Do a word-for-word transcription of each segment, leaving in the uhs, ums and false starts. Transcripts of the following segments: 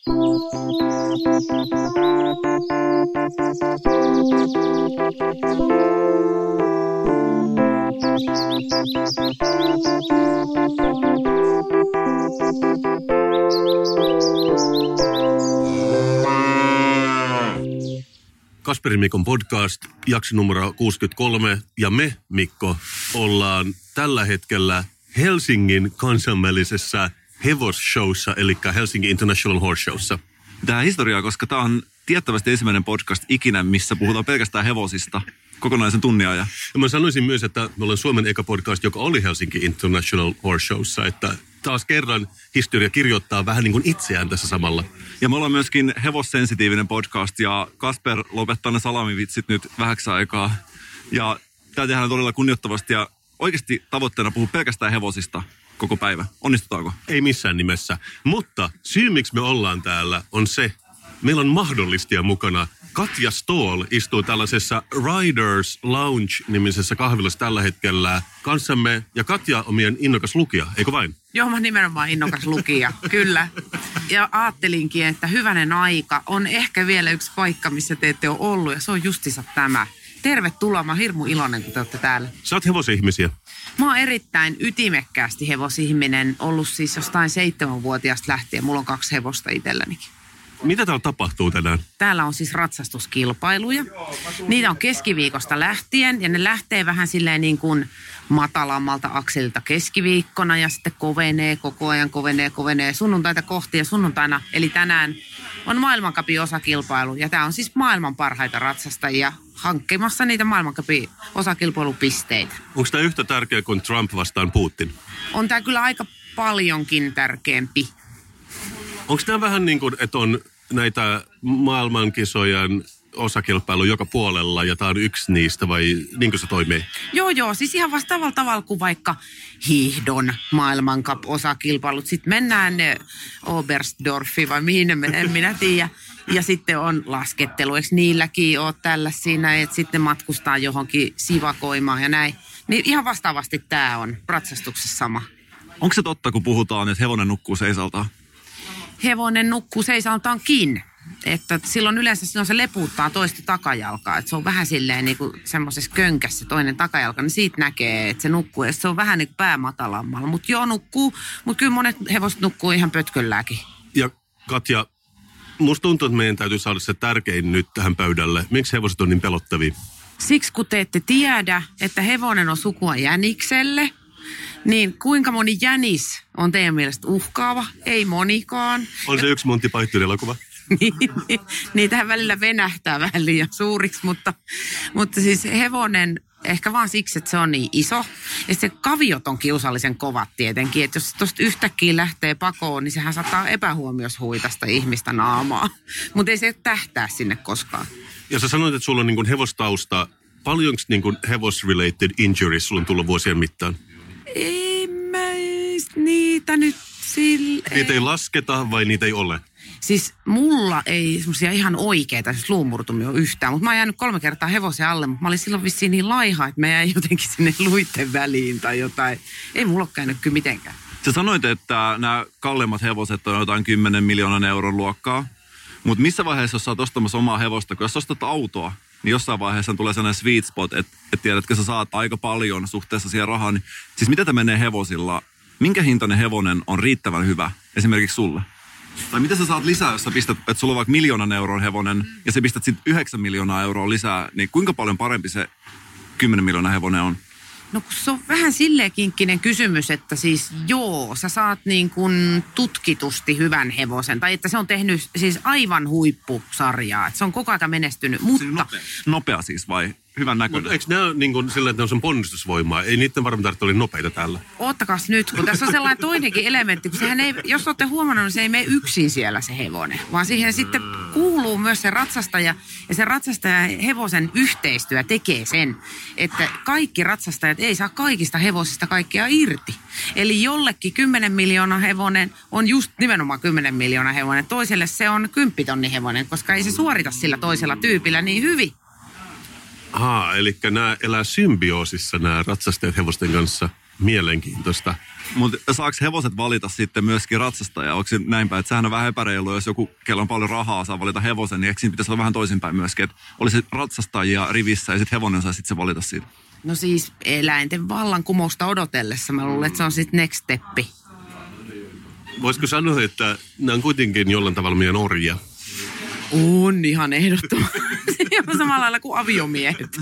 Kasperin Mikon podcast, jakso numero kuusikymmentäkolme, ja me, Mikko, ollaan tällä hetkellä Helsingin kansainvälisessä hevosshowssa, eli Helsinki International Horse Showssa. Tämä historiaa, koska tämä on tiettävästi ensimmäinen podcast ikinä, missä puhutaan pelkästään hevosista kokonaisen tunnin ajan. Ja mä sanoisin myös, että me ollaan Suomen eka podcast, joka oli Helsinki International Horse Showssa, että taas kerran historia kirjoittaa vähän niin kuin itseään tässä samalla. Ja me ollaan myöskin hevossensitiivinen podcast, ja Kasper lopettaa ne salamivitsit nyt vähäksi aikaa. Ja tämä tehdään todella kunnioittavasti, ja oikeasti tavoitteena puhua pelkästään hevosista koko päivä. Onnistutaanko? Ei missään nimessä. Mutta syy, miksi me ollaan täällä, on se, meillä on mahdollistia mukana. Katja Ståhl istuu tällaisessa Riders Lounge-nimisessä kahvilassa tällä hetkellä kanssamme. Ja Katja on meidän innokas lukija, eikö vain? Joo, mä nimenomaan innokas lukija, kyllä. Ja ajattelinkin, että hyvänen aika on ehkä vielä yksi paikka, missä te ette ole ollut, ja se on justiinsa tämä. Tervetuloa, mä oon hirmu iloinen, kun te olette täällä. Sä oot hevosihmisiä. Mä oon erittäin ytimekkäästi hevosihminen, ollut siis jostain seitsemänvuotiaasta lähtien. Mulla on kaksi hevosta itsellänikin. Mitä täällä tapahtuu tänään? Täällä on siis ratsastuskilpailuja. Niitä on keskiviikosta lähtien, ja ne lähtee vähän silleen niin kuin matalammalta akselilta keskiviikkona, ja sitten kovenee, koko ajan kovenee, kovenee sunnuntaita kohti, ja sunnuntaina, eli tänään, on maailmancupin osakilpailu, ja tää on siis maailman parhaita ratsastajia hankkimassa niitä maailmancupin osakilpailupisteitä. Onko tämä yhtä tärkeä kuin Trump vastaan Putin? On tää kyllä aika paljonkin tärkeämpi. Onko tämä vähän niin kuin, että on näitä maailmankisojen osakilpailu joka puolella, ja tämä on yksi niistä, vai niin kuin se toimii? Joo, joo. Siis ihan vastaavalla tavalla kuin vaikka hiihdon maailmancup-osakilpailut. Sitten mennään Oberstdorfiin, vai mihin ne menee, en minä tiedä. Ja sitten on laskettelu. Eikö niilläkin ole tällä siinä, että sitten matkustaa johonkin sivakoimaan ja näin. Niin ihan vastaavasti tämä on ratsastuksessa sama. Onko se totta, kun puhutaan, että hevonen nukkuu seisaltaan? Hevonen nukkuu seisaltaankin. Että silloin yleensä silloin se lepuuttaa toista takajalkaa. Että se on vähän silleen niin kuin semmoisessa könkässä toinen takajalka, niin siitä näkee, että se nukkuu. Ja se on vähän niin kuin pää matalammalla. Mutta joo, nukkuu. Mutta kyllä monet hevoset nukkuu ihan pötkölläkin. Ja Katja, musta tuntuu, että meidän täytyy saada se tärkein nyt tähän pöydälle. Miksi hevoset on niin pelottavia? Siksi kun te ette tiedä, että hevonen on sukua jänikselle, niin kuinka moni jänis on teidän mielestä uhkaava? Ei monikaan. On se yksi Monty Python elokuva? niin, niin, niitähän välillä venähtää vähän liian suuriksi, mutta, mutta siis hevonen ehkä vaan siksi, että se on niin iso. Ja se kaviot on kiusallisen kovat tietenkin, että jos tuosta yhtäkkiä lähtee pakoon, niin sehän saattaa epähuomiossa huitasta ihmistä naamaa. Mutta ei se tähtää sinne koskaan. Ja sä sanoit, että sulla on niin kuin hevostausta. Paljonko niin kuin hevos-related injuries sulla on tullut vuosien mittaan? Ei mä niitä nyt sille... Niitä ei lasketa vai niitä ei ole? Siis mulla ei semmoisia ihan oikeita, siis luumurtumia ole yhtään, mutta mä oon jäänyt kolme kertaa hevosen alle, mutta mä olin silloin vissiin niin laiha, että mä jäin jotenkin sinne luitten väliin tai jotain. Ei mulla ole käynyt kyllä mitenkään. Sä sanoit, että nämä kalleimmat hevoset on jotain kymmenen miljoonan euron luokkaa, mutta missä vaiheessa, jos sä oot ostamassa omaa hevosta, kun jos ostat autoa, niin jossain vaiheessa tulee sellainen sweet spot, että et tiedätkö, sä saat aika paljon suhteessa siihen rahaan. Niin, siis mitä te menee hevosilla? Minkä hintainen hevonen on riittävän hyvä esimerkiksi sulle? Tai mitä sä saat lisää, jos sä pistät, että sulla on vaikka miljoonan euron hevonen ja sä pistät sitten yhdeksän miljoonaa euroa lisää, niin kuinka paljon parempi se kymmenen miljoonaa hevonen on? No kun se on vähän silleen kinkkinen kysymys, että siis joo, sä saat niin kuin tutkitusti hyvän hevosen. Tai että se on tehnyt siis aivan huippusarjaa. Että se on koko ajan menestynyt, mutta... Siis nopea. nopea siis vai hyvän näköinen? Mutta eikö nämä ole niin kuin sillä, että ne on sen ponnistusvoimaa? Ei niiden varmaan tarvitse olla nopeita täällä. Oottakas nyt, kun tässä on sellainen toinenkin elementti, kun sehän ei, jos olette huomannut, niin se ei mene yksin siellä se hevonen, vaan siihen sitten kuuluu myös se ratsastaja, ja se ratsastaja hevosen yhteistyö tekee sen, että kaikki ratsastajat ei saa kaikista hevosista kaikkea irti. Eli jollekin kymmenen miljoonaa hevonen on just nimenomaan kymmenen miljoonaa hevonen, toiselle se on kymppitonni hevonen, koska ei se suorita sillä toisella tyypillä niin hyvin. Aa, eli nämä elää symbioosissa nämä ratsastajat hevosten kanssa. mielenkiintoista. Mutta saako hevoset valita sitten myöskin ratsastajaa? Onko se näin päin, että sehän on vähän epäreilu, jos joku, kello on paljon rahaa, saa valita hevosen, niin eikö siinä pitäisi olla vähän toisinpäin myöskin, että olisi ratsastajia rivissä ja sitten hevonen saa sitten se valita siitä? No siis eläinten vallankumousta odotellessa mä luulen, että se on sitten next steppi. Voisiko sanoa, että nämä on kuitenkin jollain tavalla meidän orjia? On ihan ehdottomasti. Samalla lailla kuin aviomiehet.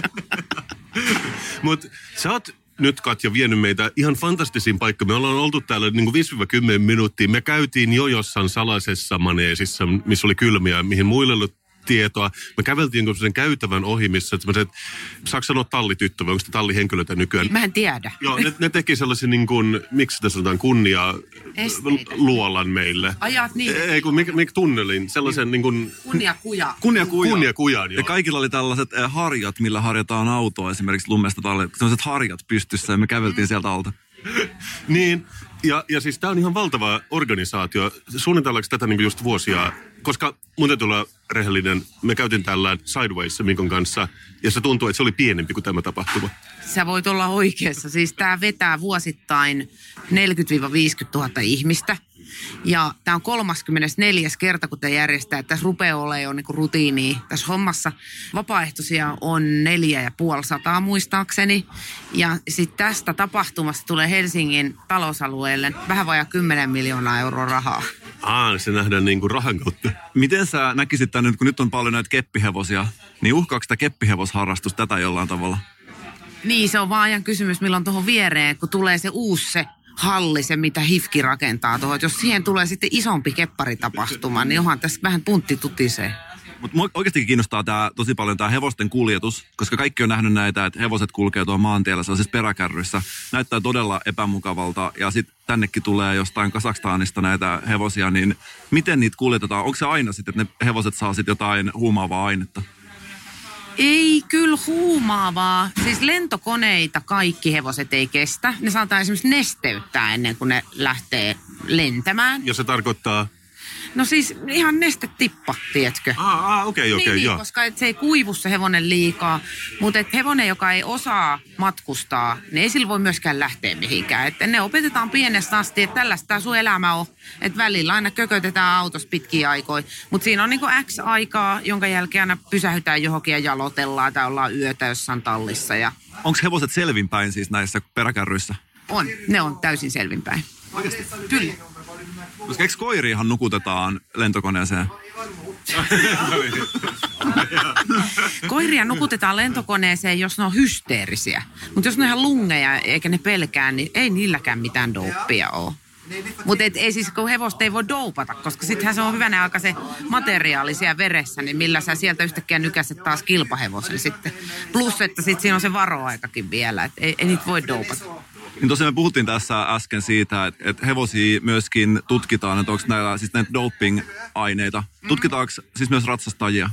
Mutta sä oot nyt, Katja, vienyt meitä ihan fantastisiin paikkaan. Me ollaan oltu täällä niin kuin viisi kymmenen minuuttia. Me käytiin jo jossain salaisessa maneesissa, missä oli kylmiä, mihin muille oli tietoa. Me käveltiin sen käytävän ohi, missä sellaiset, saako sanoa tallityttö vai onko sitä tallihenkilöitä nykyään? Mä en tiedä. Joo, ne, ne teki sellaisen niin kuin, miksi sitä sanotaan, kunnia Esteitä. luolan meille. Ajat niin. Ei, kun mik, mik tunnelin, sellaisen niin kuin... Kunniakuja. Kunniakuja. Kunniakujan, joo. Ja kaikilla oli tällaiset äh, harjat, millä harjataan autoa esimerkiksi lumesta talle. Sellaiset harjat pystyssä ja me käveltiin mm. sieltä alta. Niin, ja, ja siis tää on ihan valtava organisaatio. Suunnitellaanko tätä niin kuin just vuosia? Koska mun täytyy olla rehellinen, me käytiin täällä Sideways Mikon kanssa, ja se tuntuu, että se oli pienempi kuin tämä tapahtuma. Sä voit olla oikeassa. Siis tää vetää vuosittain neljäkymmentä viisikymmentätuhatta ihmistä. Ja tämä on kolmaskymmenesneljäs kerta, kun tämä järjestää. Tässä rupeaa olemaan jo niinku rutiinia tässä hommassa. Vapaaehtoisia on neljä ja puoli sataa muistaakseni. Ja sitten tästä tapahtumasta tulee Helsingin talousalueelle vähän vajaa kymmenen miljoonaa euroa rahaa. Aa, se nähdään niin kuin rahan kautta. Miten sä näkisit tämän nyt, kun nyt on paljon näitä keppihevosia, niin uhkaako sitä keppihevosharrastus tätä jollain tavalla? Niin, se on vaan ajan kysymys, milloin tuohon viereen, kun tulee se uusi se halli, se mitä H I F K rakentaa tuohon. Jos siihen tulee sitten isompi kepparitapahtuma, niin onhan tässä vähän puntti tutisee. Mutta mua oikeasti kiinnostaa tää, tosi paljon tämä hevosten kuljetus, koska kaikki on nähnyt näitä, että hevoset kulkee tuolla maantiellä sellaisissa peräkärryissä. Näyttää todella epämukavalta ja sitten tännekin tulee jostain Kazakstanista näitä hevosia, niin miten niitä kuljetetaan? Onko se aina sitten, että ne hevoset saa sitten jotain huumaavaa ainetta? Ei kyllä huumaavaa. Siis lentokoneita kaikki hevoset ei kestä. Ne saattaa esimerkiksi nesteyttää ennen kuin ne lähtee lentämään. Ja se tarkoittaa... No siis ihan nestetippa, tiedätkö? Aa, aa okei, okei, niin, joo. Niin, koska et se ei kuivu se hevonen liikaa. Mutta hevonen, joka ei osaa matkustaa, niin ei sillä voi myöskään lähteä mihinkään. Et ne opetetaan pienestä asti, että tällaista tämä sun elämä on. Että välillä aina kökötetään autossa pitkiä aikoja. Mutta siinä on niinku X aikaa, jonka jälkeen aina pysähytään johonkin ja jalotellaan tai ollaan yötä jossain tallissa. Ja... Onko hevoset selvinpäin siis näissä peräkärryissä? On, ne on täysin selvinpäin. Oikeasti? Kyllä. Koska eikö koiriahan nukutetaan lentokoneeseen? Koiria nukutetaan lentokoneeseen, jos ne on hysteerisiä. Mutta jos ne on ihan lungeja eikä ne pelkää, niin ei niilläkään mitään dopia ole. Mutta ei siis, kun hevosta ei voi doupata, koska sittenhän se on hyvänä aika se materiaali siellä veressä, niin millä sä sieltä yhtäkkiä nykäset taas kilpahevosen sitten. Plus, että sitten siinä on se varoaikakin vielä, että ei, ei niitä voi doupata. Niin tosiaan me puhuttiin tässä äsken siitä, että, että hevosia myöskin tutkitaan, että onko näillä siis näitä doping-aineita. Tutkitaanko siis myös ratsastajia?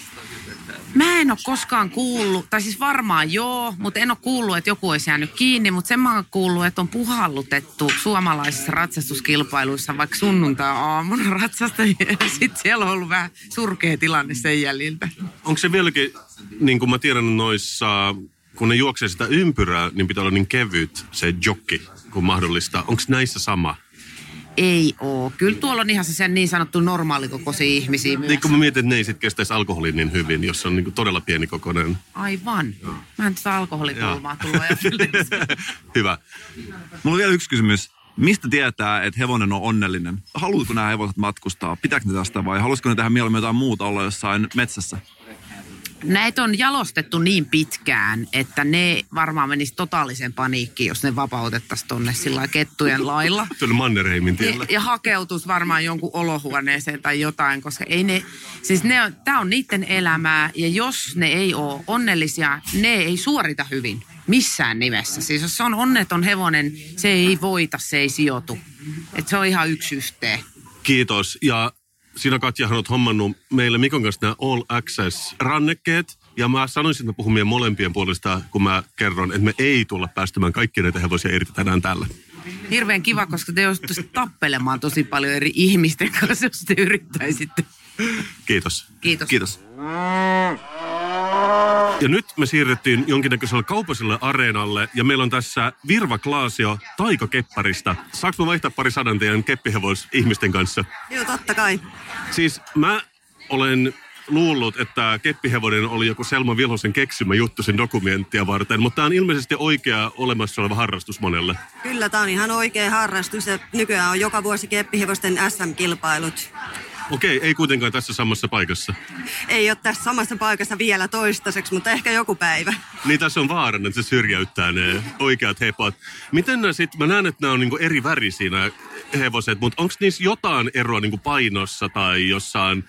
Mä en ole koskaan kuullut, tai siis varmaan joo, mutta en ole kuullut, että joku olisi jäänyt kiinni, mutta sen mä oon kuullut, että on puhallutettu suomalaisissa ratsastuskilpailuissa vaikka sunnuntai-aamuna ratsastajia, ja sitten siellä on ollut vähän surkea tilanne sen jäljiltä. Onko se vieläkin, niin kuin mä tiedän noissa, kun ne juoksee sitä ympyrää, niin pitää olla niin kevyt se jokki kuin mahdollista. Onko näissä sama? Ei oo. Kyllä tuolla on ihan se sen niin sanottu normaalikokoisia ihmisiä myös. Niin kun mä mietin, että ne ei sit kestäisi alkoholin niin hyvin, jos on niin todella pienikokoinen. Aivan. Mä en tätä alkoholikulmaa tullut ajatella. Hyvä. Mulla on vielä yksi kysymys. Mistä tietää, että hevonen on onnellinen? Haluatko nämä hevoset matkustaa? Pitääkö ne tästä vai haluaisiko ne tehdä mieluummin jotain muuta olla jossain metsässä? Näitä on jalostettu niin pitkään, että ne varmaan menisi totaalisen paniikkiin, jos ne vapautettaisiin tonne sillä kettujen lailla. Tuolla Mannerheimin tiellä. Ja, ja hakeutuisi varmaan jonkun olohuoneeseen tai jotain, koska ei ne, siis ne on, tää on niiden elämää ja jos ne ei ole onnellisia, ne ei suorita hyvin missään nimessä. Siis jos se on onneton hevonen, se ei voita, se ei sijoitu. Et se on ihan yksi yhteen. Kiitos ja... Sinä, Katjahan, olet hommannut meille Mikon kanssa nämä All Access-rannekkeet. Ja mä sanoisin, että mä puhun meidän molempien puolesta, kun mä kerron, että me ei tulla päästämään kaikkia näitä hevosia irti tänään tällä. Hirveän kiva, koska te joutuisitte tappelemaan tosi paljon eri ihmisten kanssa, jos te yrittäisitte. Kiitos. Kiitos. Kiitos. Ja nyt me siirrettiin jonkinnäköiselle kaupalliselle areenalle ja meillä on tässä Virva Klaasio taikakepparista. Saanko mä vaihtaa pari sadan teidän keppihevos ihmisten kanssa? Joo, totta kai. Siis mä olen luullut, että keppihevonen oli joku Selma Vilhosen keksimä juttu sen dokumenttia varten, mutta tämä on ilmeisesti oikea olemassa oleva harrastus monelle. Kyllä, tämä on ihan oikea harrastus ja nykyään on joka vuosi keppihevosten S M-kilpailut. Okei, ei kuitenkaan tässä samassa paikassa. Ei ole tässä samassa paikassa vielä toistaiseksi, mutta ehkä joku päivä. Niin tässä on vaarana, että se syrjäyttää ne oikeat hepot. Miten nämä sitten, mä näen, että nämä on niinku eri värisiä nämä hevoset, mutta onko niissä jotain eroa niinku painossa tai jossain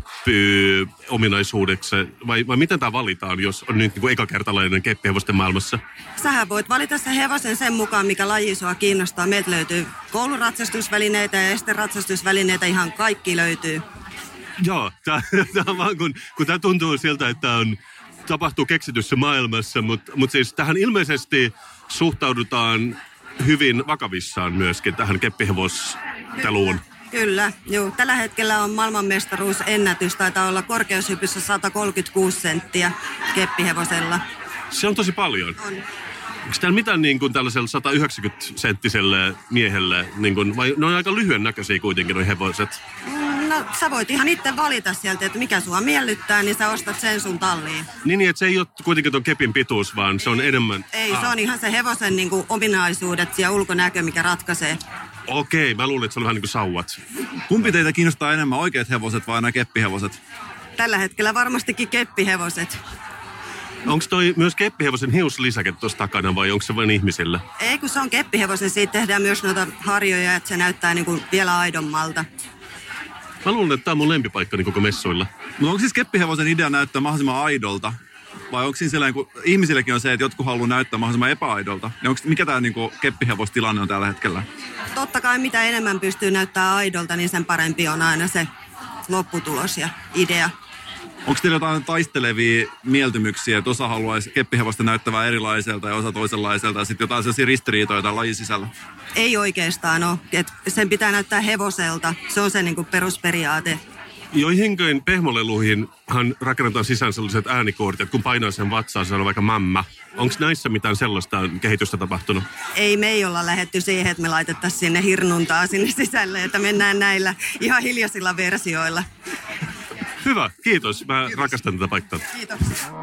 hyppy-ominaisuudeksi? Vai, vai miten tämä valitaan, jos on nyt niinku ekakertalainen keppihevosten maailmassa? Sähän voit valita sen hevosen sen mukaan, mikä laji sua kiinnostaa. Meiltä löytyy kouluratsastusvälineitä ja esteratsastusvälineitä, ihan kaikki löytyy. Joo, tämä on vaan kun, kun tämä tuntuu siltä, että on, tapahtuu keksityssä maailmassa, mutta mut siis tähän ilmeisesti suhtaudutaan hyvin vakavissaan myöskin tähän keppihevosteluun. Kyllä, joo. Tällä hetkellä on maailmanmestaruusennätys, taitaa olla korkeushypyssä sata kolmekymmentäkuusi senttiä keppihevosella. Se on tosi paljon. On. Onko täällä mitään niin kuin tällaisella sata yhdeksänkymmentä senttiselle miehelle, niin kuin, vai ne on aika lyhyen näköisiä kuitenkin nuo hevoset? No sä voit ihan itse valita sieltä, että mikä sua miellyttää, niin sä ostat sen sun talliin. Niin, niin että se ei ole kuitenkin ton kepin pituus, vaan se on enemmän... Ei, ah. se on ihan se hevosen niin kuin, ominaisuudet ja ulkonäkö, mikä ratkaisee. Okei, mä luulin, että se oli vähän niin kuin sauvat. Kumpi teitä kiinnostaa enemmän, oikeat hevoset vai nämä keppihevoset? Tällä hetkellä varmastikin keppihevoset. Onko toi myös keppihevosen hiuslisäke tuossa takana vai onko se vain ihmisille? Ei, kun se on keppihevosen, siitä tehdään myös noita harjoja, että se näyttää niin kuin vielä aidommalta. Mä luulen, että tää on mun lempipaikkani koko messuilla. Mutta onko siis keppihevosen idea näyttää mahdollisimman aidolta? Vai onko siinä sellainen, kun ihmisillekin on se, että jotkut haluaa näyttää mahdollisimman epäaidolta? Niin onko, mikä tämä niinku keppihevostilanne on tällä hetkellä? Totta kai mitä enemmän pystyy näyttää aidolta, niin sen parempi on aina se lopputulos ja idea. Onko teillä jotain taistelevia mieltymyksiä, että osa haluaisi keppihevosta näyttävää erilaiselta ja osa toisenlaiselta ja sitten jotain sellaisia ristiriitoja lajin sisällä? Ei oikeastaan ole. Et sen pitää näyttää hevoselta. Se on se niin kuin perusperiaate. Joihinkin pehmoleluihinhan rakennetaan sisään sellaiset äänikortit, että kun painaa sen vatsaan, se on vaikka mämmä. Onko näissä mitään sellaista kehitystä tapahtunut? Ei me ei olla lähdetty siihen, että me laitettaisiin sinne hirnuntaa sinne sisälle, että mennään näillä ihan hiljaisilla versioilla. Hyvä, kiitos. Mä kiitos. Rakastan tätä paikkaa. Kiitos.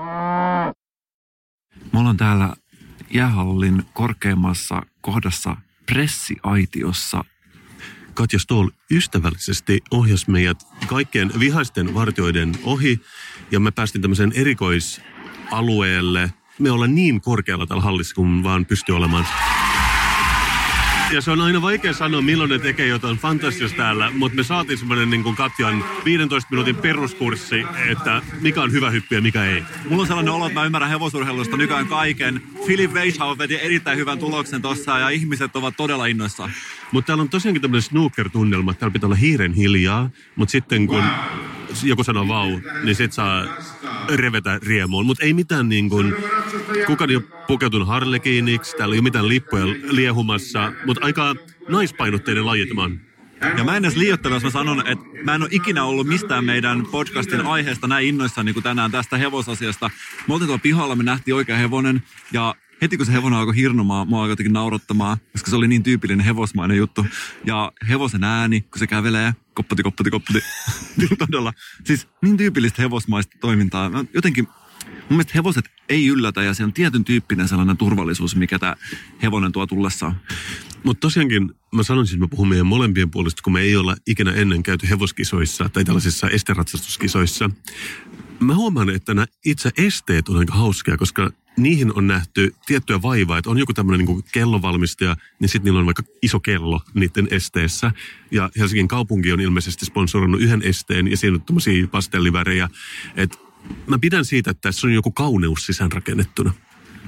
Me ollaan täällä jäähallin korkeimmassa kohdassa pressiaitiossa. Katja Ståhl ystävällisesti ohjasi meidät kaikkien vihaisten vartijoiden ohi ja me päästiin tämmöiseen erikoisalueelle. Me ollaan niin korkealla täällä hallissa, kun vaan pystyy olemaan. Ja se on aina vaikea sanoa, milloin ne tekee jotain fantastista täällä, mutta me saatiin semmoinen niin kuin Katjan viidentoista minuutin peruskurssi, että mikä on hyvä hyppi ja mikä ei. Mulla on sellainen olo, että mä ymmärrän hevosurheilusta nykyään kaiken. Philip Weishaupt veti erittäin hyvän tuloksen tossa ja ihmiset ovat todella innoissaan. Mutta täällä on tosiaankin tämmöinen snooker-tunnelma, täällä pitää olla hiiren hiljaa, mutta sitten kun joku sanoo vau, niin sit saa revetä riemuun. Mutta ei mitään niin kuin, kukaan ei ole pukeutunut harlekiiniksi, täällä ei ole mitään lippuja liehumassa, mutta aika naispainotteinen laji tämä on. Ja mä en edes liioittele, jos mä sanon, että mä en ole ikinä ollut mistään meidän podcastin aiheesta näin innoissaan niin kuin tänään tästä hevosasiasta. Me oltiin tuolla pihalla, me nähtiin oikea hevonen ja heti kun se hevonen alkoi hirnumaan, mua alkoi jotenkin naurattamaan, koska se oli niin tyypillinen hevosmainen juttu. Ja hevosen ääni, kun se kävelee, koppati, koppati, koppati. Todella. Siis niin tyypillistä hevosmaista toimintaa. Jotenkin mun mielestä hevoset ei yllätä ja se on tietyn tyyppinen sellainen turvallisuus, mikä tämä hevonen tuo tullessaan. Mutta tosiaankin mä sanoisin, että mä puhun meidän molempien puolesta, kun me ei olla ikinä ennen käyty hevoskisoissa tai tällaisissa esteratsastuskisoissa. Mä huomaan, että nämä itse esteet on aika hauskia, koska niihin on nähty tiettyä vaivaa, että on joku tämmöinen niin kuin kellovalmistaja, niin sitten niillä on vaikka iso kello niiden esteessä. Ja Helsingin kaupunki on ilmeisesti sponsoroinut yhden esteen ja siinä on tämmöisiä pastellivärejä. Että mä pidän siitä, että tässä on joku kauneus sisäänrakennettuna.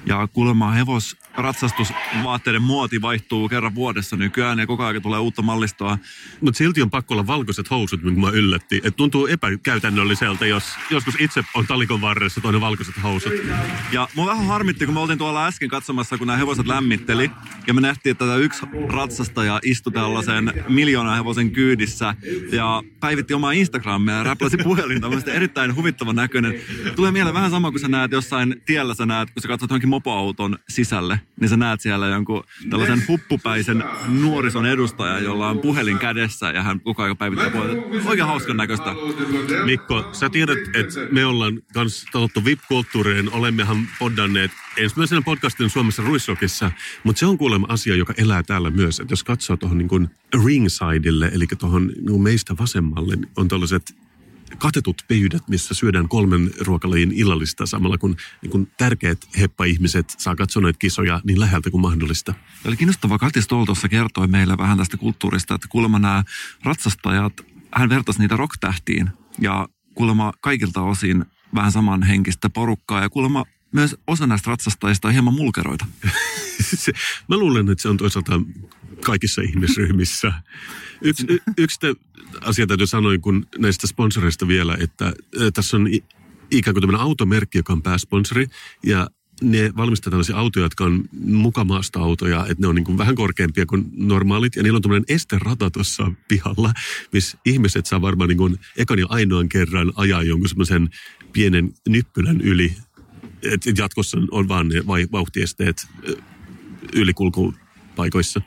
Ja kuulemma hevosratsastusvaatteiden muoti vaihtuu kerran vuodessa nykyään ja koko ajan tulee uutta mallistoa. Mutta silti on pakko olla valkoiset housut, minkä mä yllätti. Et tuntuu epäkäytännölliseltä, jos joskus itse on talikon varressa toinen valkoiset housut. Ja mua vähän harmitti, kun me oltiin tuolla äsken katsomassa, kun nämä hevoset lämmitteli. Ja me nähtiin, että tämä yksi ratsastaja istui tällaisen miljoona hevosen kyydissä ja päivitti omaa Instagramia ja räpläsi puhelinta. Mielestäni erittäin huvittavan näköinen. Tulee mieleen vähän sama, kun sä näet jossain tiellä, sä näet, kun sä katsot johonkin mopoauton sisälle, niin sä näet siellä jonkun tällaisen huppupäisen nuorison edustajan, jolla on puhelin kädessä ja hän koko ajan päivittää puhelinta. Oikein hauskan näköistä. Mikko, sä tiedät, että me ollaan kans totuttu V I P-kulttuuriin. Olemmehan poddanneet ensimmäisenä podcastin Suomessa Ruissokissa, mutta se on kuulemma asia, joka elää täällä myös. Että jos katsoo tuohon niin kuin ringsidelle, eli tuohon niin meistä vasemmalle, niin on tällaiset katetut pöydät, missä syödään kolmen ruokalajin illallista samalla, kun, niin kun tärkeät heppa-ihmiset saa katsoa noita kisoja niin läheltä kuin mahdollista. Eli kiinnostavaa, Kati Stoll tuossa kertoi meille vähän tästä kulttuurista, että kuulemma nämä ratsastajat, hän vertasi niitä rock-tähtiin ja kuulemma kaikilta osin vähän samanhenkistä porukkaa ja kuulemma myös osa näistä ratsastajista on hieman mulkeroita. Mä luulen, että se on toisaalta kaikissa ihmisryhmissä. Yksi, y, yksi asia täytyy sanoa, kun näistä sponsoreista vielä, että tässä on ikään kuin tämmöinen automerkki, joka on pääsponsori, ja ne valmistetaan tällaisia autoja, jotka on mukamaasta-autoja, että ne on niin kuin vähän korkeampia kuin normaalit, ja niillä on tämmöinen esterata tuossa pihalla, missä ihmiset saa varmaan niin kuin ekan ja ainoan kerran ajaa jonkun semmoisen pienen nyppylän yli, että jatkossa on vaan ne vauhtiesteet ylikulkupaikoissa.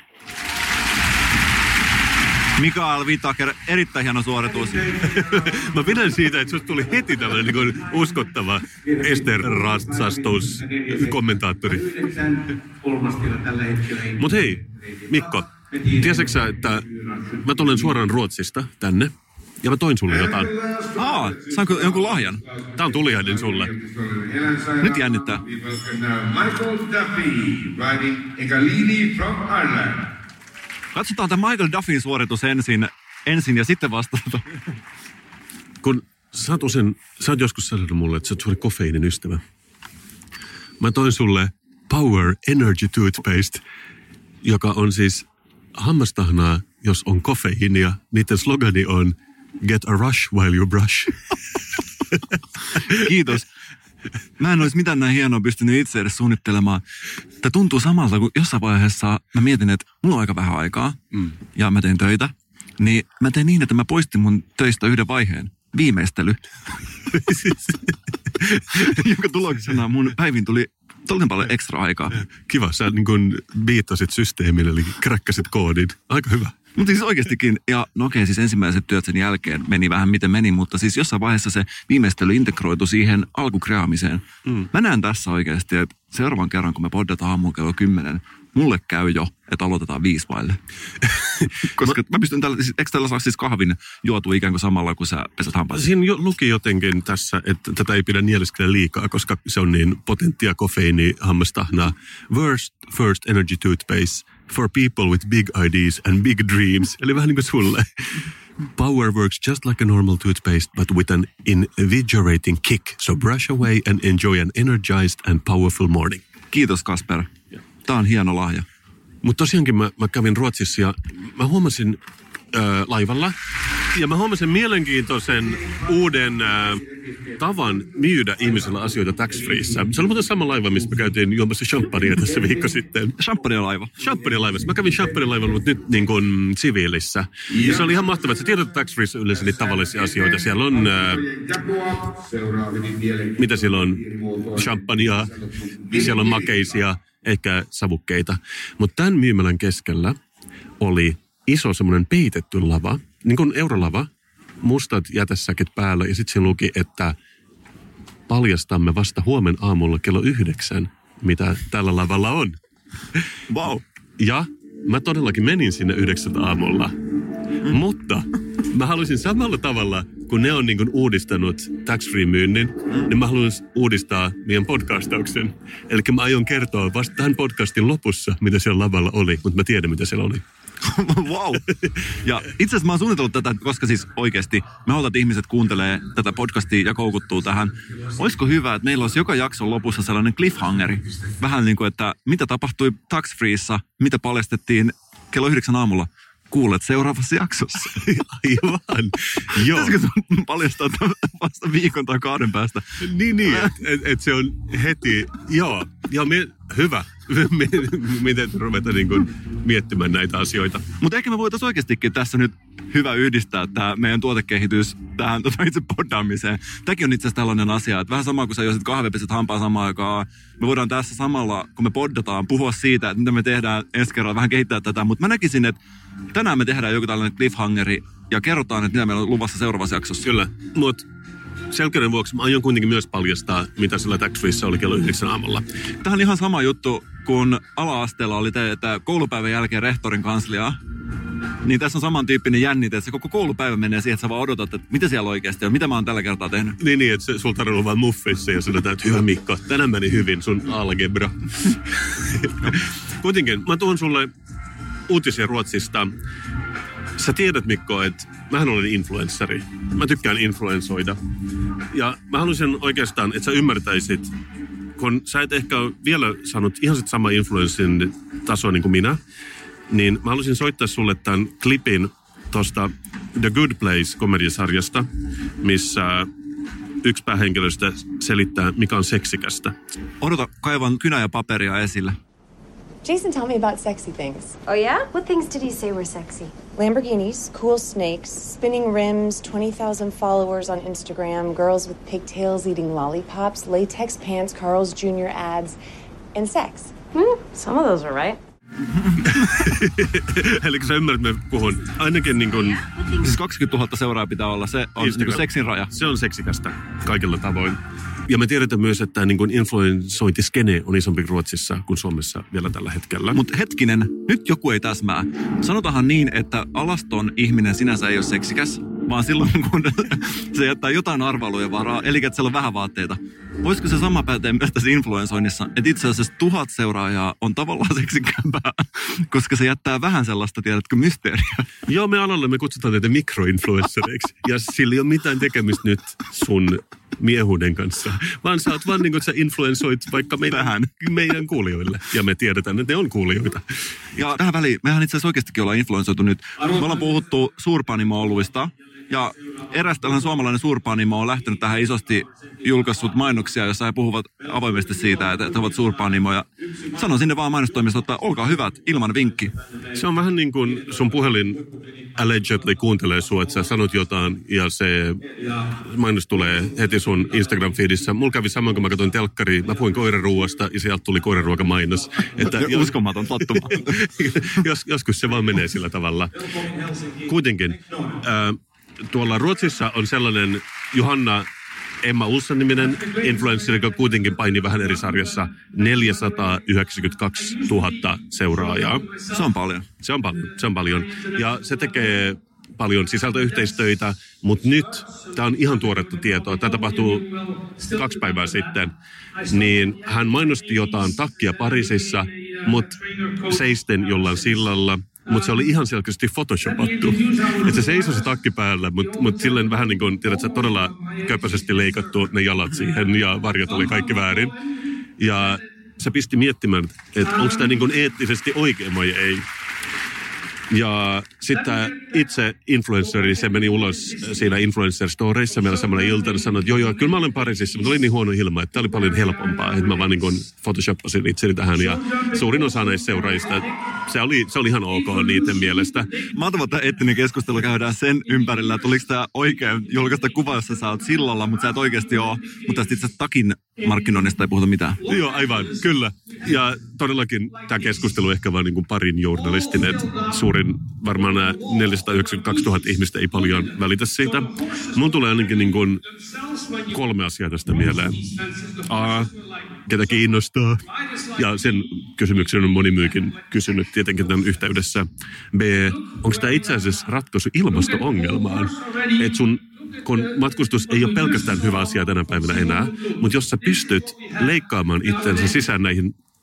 Mikael Whittaker, erittäin hieno suoritus. Mä pidän siitä, että susta tuli heti tällainen niin kuin uskottava esterratsastuskommentaattori. Mut hei, Mikko, tiesitkö sä, että mä tulen suoraan Ruotsista tänne ja mä toin sulle jotain. Aa, saanko jonkun lahjan? Tää on tuliainen sulle. Nyt jännittää. Michael Duffy riding Egalini from Ireland. Katsotaan tämä Michael Duffyn suoritus ensin, ensin ja sitten vastata. Kun sä oot, usein, sä oot joskus sanonut mulle, että sä oot suuri kofeiinin ystävä. Mä toin sulle Power Energy Toothpaste, joka on siis hammastahnaa, jos on kofeiinia. Niiden slogani on Get a rush while you brush. Kiitos. Mä en olisi mitään näin hienoa pystynyt itse edes suunnittelemaan. Tämä tuntuu samalta, kun jossain vaiheessa mä mietin, että mulla on aika vähän aikaa mm. ja mä teen töitä. Niin mä tein niin, että mä poistin mun töistä yhden vaiheen. Viimeistely. Jonka tuloksena mun päivin tuli tolten paljon ekstra aikaa. Kiva, sä niin kuin biittasit systeemille, eli kräkkäsit koodin. Aika hyvä. Mutta siis oikeastikin, ja no okei, siis ensimmäiset työt sen jälkeen meni vähän miten meni, mutta siis jossain vaiheessa se viimeistely integroitu siihen alkukreaamiseen. Mm. Mä näen tässä oikeasti, että seuraavan kerran, kun me poddataan aamuun kello kymmenen, mulle käy jo, että aloitetaan viisi vaille. Koska mä pystyn tällä, siis, eikö tällä saa siis kahvin juotua ikään kuin samalla, kun sä pesät hampaat? Siinä jo, luki jotenkin tässä, että tätä ei pidä nieleskellä liikaa, koska se on niin potenttia kofeiini hammastahnaa. Worst first energy toothpaste for people with big ideas and big dreams. Eli vähän niin kuin sulle. Power works just like a normal toothpaste, but with an invigorating kick. So brush away and enjoy an energized and powerful morning. Kiitos, Kasper. Tää on hieno lahja. Mutta tosiaankin mä, mä kävin Ruotsissa ja mä huomasin äh, laivalla. Ja mä huomasin mielenkiintoisen uuden äh, tavan myydä ihmisillä asioita tax-freeissä. Se oli muuten sama laiva, missä me käytiin juomassa champagnea tässä viikko sitten. Champagne-laiva. Champagne-laivassa. Mä kävin champagne-laivalla, mutta nyt niin kuin siviilissä. Ja. ja se oli ihan mahtavaa, että sä tiedät, että tax-freeissä yleensä niitä tavallisia asioita. Siellä on, äh, mitä siellä on? Champagnea, siellä on makeisia, ehkä savukkeita. Mutta tämän myymälän keskellä oli iso semmoinen peitetty lava, niin kuin eurolava, mustat jätesäkit päällä ja sitten siinä luki, että paljastamme vasta huomen aamulla kello yhdeksän, mitä tällä lavalla on. Wow. Ja mä todellakin menin sinne yhdeksän aamulla, mm. mutta mä haluaisin samalla tavalla, kun ne on niin kuin uudistanut tax-free-myynnin, mm. niin mä haluaisin uudistaa meidän podcastauksen. Eli mä aion kertoa vasta tämän podcastin lopussa, mitä siellä lavalla oli, mutta mä tiedän, mitä siellä oli. Wow. Ja itse asiassa mä oon suunnitellut tätä, koska siis oikeasti me halutaan, että ihmiset kuuntelee tätä podcastia ja koukuttuu tähän. Olisiko hyvä, että meillä olisi joka jakson lopussa sellainen cliffhangeri? Vähän niin kuin, että mitä tapahtui Tax Freessa, mitä paljastettiin kello yhdeksän aamulla. Kuulet seuraavassa jaksossa. Aivan. Joo. Pitäisikö sun paljastaa vasta viikon tai kahden päästä? Niin, niin. Että et, et se on heti, joo. Joo, me, hyvä. Miten ruveta niin kuin miettimään näitä asioita. Mutta ehkä me voitaisiin oikeastikin tässä nyt hyvä yhdistää tämä meidän tuotekehitys tähän tota itse poddaamiseen. Tämäkin on itse asiassa tällainen asia, että vähän sama kuin sä joisit kahvepesit hampaa samaan aikaan. Me voidaan tässä samalla, kun me poddataan, puhua siitä, että mitä me tehdään ensi kerralla, vähän kehittää tätä. Mutta mä näkisin, että tänään me tehdään joku tällainen cliffhangeri ja kerrotaan, että mitä meillä on luvassa seuraavassa jaksossa. Kyllä, mutta selkeyden vuoksi mä aion kuitenkin myös paljastaa, mitä sillä Tax Freessa oli kello yhdeksän aamulla. Tämä on ihan sama juttu, kun ala-asteella oli te, että koulupäivän jälkeen rehtorin kansliaa. Niin tässä on samantyyppinen jännite, että se koko koulupäivä menee siihen, että sä vaan odotat, että mitä siellä oikeasti on, mitä mä oon tällä kertaa tehnyt. Niin, niin että se, sulla tarvitsee vaan muffissa ja sanotaan, että hyvä Mikko, tänään meni hyvin sun algebra. Kuitenkin, mä tuon sulle uutisia Ruotsista. Sä tiedät, Mikko, että mähän olen influenssari. Mä tykkään influensoida. Ja mä haluaisin oikeastaan, että sä ymmärtäisit, kun sä et ehkä ole vielä saanut ihan sit sama influenssin tasoa niin kuin minä, niin mä haluaisin soittaa sulle tämän klipin tosta The Good Place-komediasarjasta, missä yksi päähenkilöstä selittää, mikä on seksikästä. Odota, kaivan kynä ja paperia esille. Jason, tell me about sexy things. Oh yeah? What things did he say were sexy? Lamborghinis, cool snakes, spinning rims, twenty thousand followers on Instagram, girls with pigtails eating lollipops, latex pants, Carl's Junior ads, and sex. Hmm, some of those are right. Eli sä ymmärrät, että mä puhun ainakin niin kuin... Siis kaksikymmentätuhatta seuraajaa pitää olla, se on niin kuin seksin raja. Se on seksikästä kaikilla tavoin. Ja me tiedetään myös, että niin kuin influensointiskene on isompi Ruotsissa kuin Suomessa vielä tällä hetkellä. Mutta hetkinen, nyt joku ei täsmää. Sanotahan niin, että alaston ihminen sinänsä ei ole seksikäs, vaan silloin kun se jättää jotain arvailuja varaa, eli että siellä on vähän vaatteita. Voisiko se sama päteä myös tässä influensoinnissa, että itse asiassa tuhat seuraajaa on tavallaan seksikämpää, koska se jättää vähän sellaista, tiedätkö, mysteeriä. Joo, me alalle me kutsutaan näitä mikroinfluenssereiksi, ja sillä ei ole mitään tekemistä nyt sun miehuuden kanssa, vaan sä oot vaan niin kuin sä influensoit vaikka meidän, meidän kuulijoille, ja me tiedetään, että ne on kuulijoita. Ja tähän väliin, mehän itse asiassa oikeastikin ollaan influensoitu nyt. Me ollaan puhuttu suurpanimo-oluista, ja eräs tällainen suomalainen suurpanimo on lähtenyt tähän isosti julkaissut mainoksia, jossa he puhuvat avoimesti siitä, että he ovat suurpanimoja. Sanon sinne vaan mainostoimistoon, että olkaa hyvät, ilman vinkki. Se on vähän niin kuin sun puhelin allegedly kuuntelee sua, että sä sanot jotain ja se mainos tulee heti sun Instagram-feedissä. Mulla kävi samoin, kun mä katsoin telkkaria, mä puhuin koiraruuasta ja sieltä tuli koiraruokamainos. Että uskomaton tottuma. Jos, joskus se vaan menee sillä tavalla. Kuitenkin, äh, tuolla Ruotsissa on sellainen Johanna Emma Olsson-niminen influencer, joka kuitenkin paini vähän eri sarjassa neljäsataayhdeksänkymmentäkaksituhatta seuraajaa. Se on paljon. Se on paljon, se on paljon. Ja se tekee paljon sisältöyhteistöitä, mutta nyt, tämä on ihan tuoretta tietoa, tämä tapahtuu kaksi päivää sitten, niin hän mainosti jotain takkia Pariisissa, mutta seisten jollain sillalla. Mutta se oli ihan selkeästi photoshopattu. Että se seisoi se takki päällä, mutta mut silleen vähän niin kuin, tiedätkö, todella köpöisesti leikattu ne jalat siihen ja varjot oli kaikki väärin. Ja se pisti miettimään, että onko tämä niin kuin eettisesti oikein vai ei. Ja sitten itse influenceri, se meni ulos siinä influencer-storeissa. Meillä semmoinen ilta, sanoi, että joo joo, kyllä mä olen Pariisissa, mutta oli niin huono ilma, että tämä oli paljon helpompaa. Että mä vaan niin kuin photoshopasin itseni tähän ja suurin osa näistä seuraajista, se oli, se oli ihan ok niiden mielestä. Mahtavaa, että eettinen keskustelu käydään sen ympärillä, että oliko tämä oikein julkaista kuva, jossa sä oot sillalla, mutta sä et oikeasti ole. Mutta tästä itse asiassa takin markkinoinnista ei puhuta mitään. Joo, aivan, kyllä. Ja todellakin tämä keskustelu ehkä vaan niin kuin parin journalistin, että suurin varmaan nämä neljäsataayhdeksänkymmentäkaksituhatta ihmistä ei paljon välitä siitä. Mun tulee ainakin niin kuin kolme asiaa tästä mieleen. A, ketä kiinnostaa. Ja sen kysymyksen on moni myykin kysynyt tietenkin tämän yhteydessä. B, onko tämä itse asiassa ratkaisu ilmasto-ongelmaan? Että sun kun matkustus ei ole pelkästään hyvä asia tänä päivänä enää, mutta jos sä pystyt leikkaamaan itsensä sisään näihin